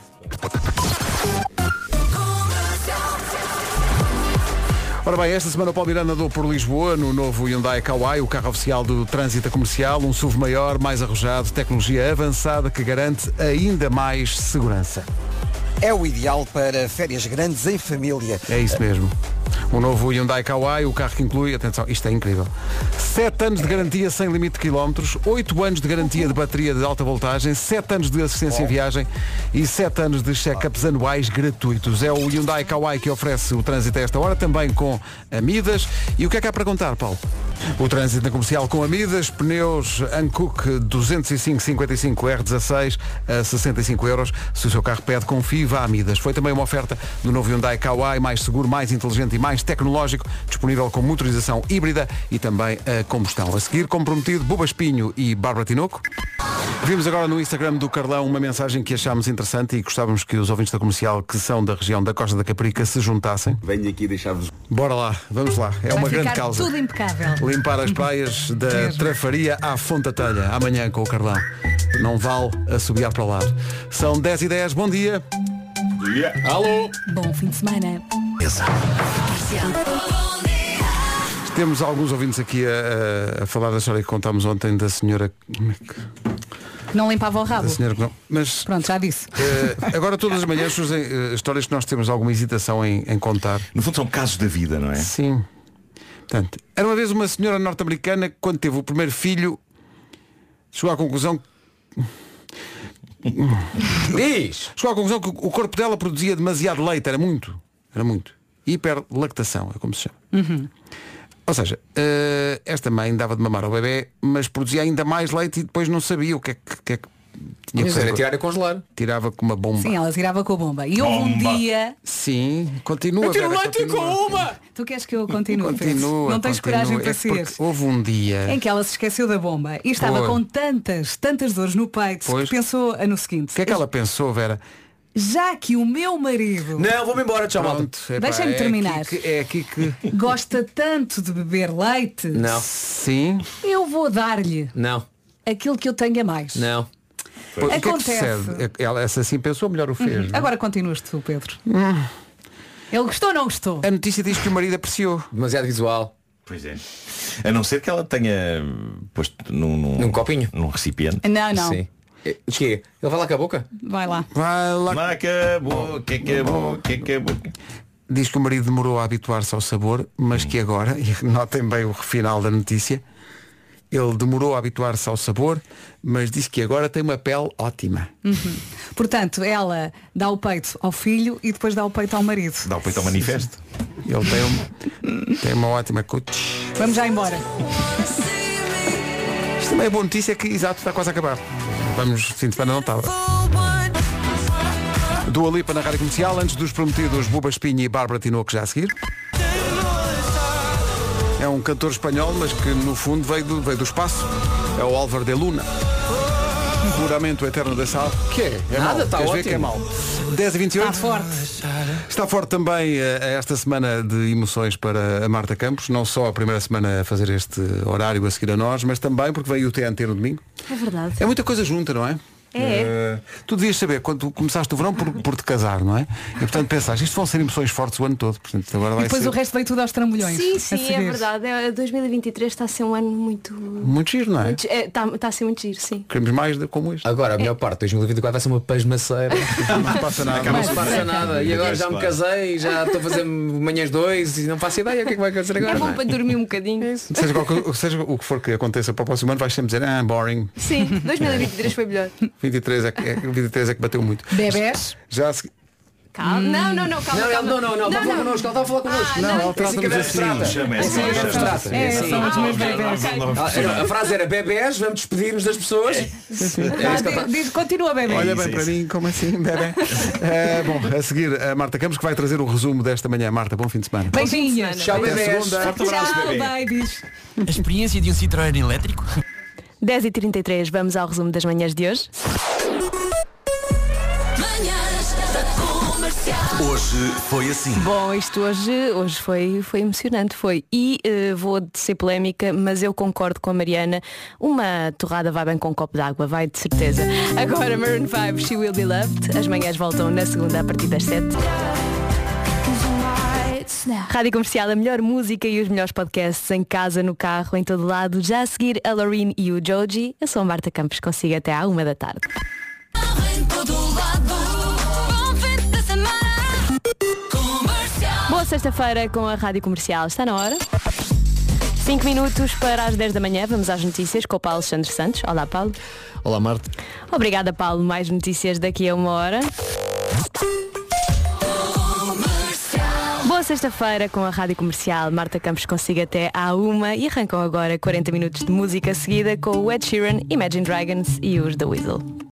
Ora bem, esta semana o Paulo Miranda andou por Lisboa no novo Hyundai Kauai, o carro oficial do trânsito comercial, um SUV maior, mais arrojado, tecnologia avançada que garante ainda mais segurança. É o ideal para férias grandes em família. É isso mesmo. O novo Hyundai Kauai, o carro que inclui, atenção, isto é incrível, 7 anos de garantia sem limite de quilómetros, 8 anos de garantia de bateria de alta voltagem, 7 anos de assistência em viagem e 7 anos de check-ups anuais gratuitos. É o Hyundai Kauai que oferece o trânsito a esta hora, também com Amidas. E o que é que há para contar, Paulo? O trânsito na comercial com Amidas, pneus Hankook 205-55 R16 a 65 €. Se o seu carro pede, confie, vá a Amidas. Foi também uma oferta do novo Hyundai Kauai, mais seguro, mais inteligente e mais tecnológico, disponível com motorização híbrida e também a combustão. A seguir, como prometido, Buba Espinho e Bárbara Tinoco. Vimos agora no Instagram do Carlão uma mensagem que achámos interessante e gostávamos que os ouvintes da comercial que são da região da Costa da Caparica se juntassem. Venho aqui deixar-vos... Bora lá, vamos lá. É uma grande causa. Tudo impecável. Limpar as praias da Trafaria à Fonte da Telha. Amanhã com o Carlão. Não vale assobiar para o lado. São 10h10, bom dia. Bom dia. Alô. Bom fim de semana. Temos alguns ouvintes aqui a falar da história que contámos ontem da senhora... Que não limpava o rabo. Da senhora que não... Mas, pronto, já disse. Agora todas as manhãs surgem histórias que nós temos alguma hesitação em contar. No fundo são casos da vida, não é? Sim. Portanto, era uma vez uma senhora norte-americana que quando teve o primeiro filho chegou à conclusão que o corpo dela produzia demasiado leite, era muito. Hiperlactação, é como se chama. Uhum. Ou seja, esta mãe dava de mamar ao bebê, mas produzia ainda mais leite e depois não sabia o que é que tinha que fazer. Era tirar e congelar. Tirava com uma bomba. Sim, ela tirava com a bomba. E houve um dia... Sim, continua. Eu tiro leite com uma! Tu queres que eu continue? Continua. Não tens coragem para ser. Houve um dia em que ela se esqueceu da bomba e estava com tantas dores no peito que pensou no seguinte. O que é que ela pensou, Vera? Já que o meu marido... Não, vou-me embora, tchau, malta. Deixa-me terminar. É aqui que... Gosta tanto de beber leite. Não. Sim. Eu vou dar-lhe... Não. Aquilo que eu tenho a mais. Não. Acontece. Ela, essa assim pensou, melhor o fez. Agora continuas tu, Pedro. Ele gostou ou não gostou? A notícia diz que o marido apreciou. Demasiado visual. Pois é. A não ser que ela tenha posto num copinho. Num recipiente. Não. Sim. O quê? Ele vai lá com a boca? Vai lá. Vai lá. Lá com a boca, diz que o marido demorou a habituar-se ao sabor, mas que agora, e notem bem o final da notícia, ele demorou a habituar-se ao sabor, mas diz que agora tem uma pele ótima. Portanto, ela dá o peito ao filho e depois dá o peito ao marido. Dá o peito ao manifesto. Ele tem uma ótima coach. Vamos já embora. Isto também é boa notícia que, exato, está quase a acabar. Vamos, fim de semana não estava. Dua Lipa na Rádio Comercial, antes dos prometidos Buba Espinho e Bárbara Tinoco já a seguir. É um cantor espanhol, mas que no fundo veio do espaço. É o Álvaro de Luna. Juramento eterno da sal. Que é? É Nada, mau. está Queres ver ótimo. que é mau? 10h28. Está forte. Está forte também esta semana de emoções para a Marta Campos. Não só a primeira semana a fazer este horário a seguir a nós, mas também porque veio o TNT no domingo. É verdade. É muita coisa junta, não é? Tu devias saber quando tu começaste o verão por te casar, não é? E portanto pensaste, isto vão ser emoções fortes o ano todo. Portanto, agora vai E depois ser o resto veio tudo aos trambolhões. Sim, a sim, seguir. é verdade. 2023 está a ser um ano muito... muito giro, não é? Está a ser muito giro, sim. Queremos mais como este. Agora, a melhor parte, 2024 vai ser uma pasmaceira. Não passa nada. Não se passa nada. E agora já me casei, já estou a fazer manhãs 2 e não faço ideia o que é que vai acontecer agora. É bom não é? para dormir um bocadinho. Seja o que for que aconteça para o próximo ano, vais sempre dizer, boring. Sim, 2023 foi melhor. 23 é que bateu muito. Bebés? Já a seguir. Calma. Não, calma. Não, está a falar connosco, ela está a falar connosco. Ela trata-nos assim. São os meus bebés. A frase era bebés, vamos despedir-nos das pessoas. Continua bebê. Olha bem para mim, como assim, bebê? Bom, a seguir a Marta Campos, que vai trazer o resumo desta manhã. Marta, bom fim de semana. Beijinhos. Tchau, bebés. Forte abraço, Tchau, bebê. babies. A experiência de um Citroën elétrico? 10h33, vamos ao resumo das manhãs de hoje. Hoje foi assim. Bom, isto hoje foi emocionante, foi. E vou ser polémica, mas eu concordo com a Mariana. Uma torrada vai bem com um copo de água, vai de certeza. Agora Maroon 5, She Will Be Loved. As manhãs voltam na segunda a partir das 7. Rádio Comercial, a melhor música e os melhores podcasts em casa, no carro, em todo lado. Já a seguir a Loreen e o Joji. Eu sou a Marta Campos, consigo até à 1 da tarde. Boa sexta-feira com a Rádio Comercial. Está na hora. 5 minutos para as 10 da manhã. Vamos às notícias com o Paulo Alexandre Santos. Olá, Paulo. Olá, Marta. Obrigada, Paulo. Mais notícias daqui a 1 hora. Boa sexta-feira com a Rádio Comercial. Marta Campos consigo até à 1 e arrancam agora 40 minutos de música seguida com o Ed Sheeran, Imagine Dragons e os The Weasel.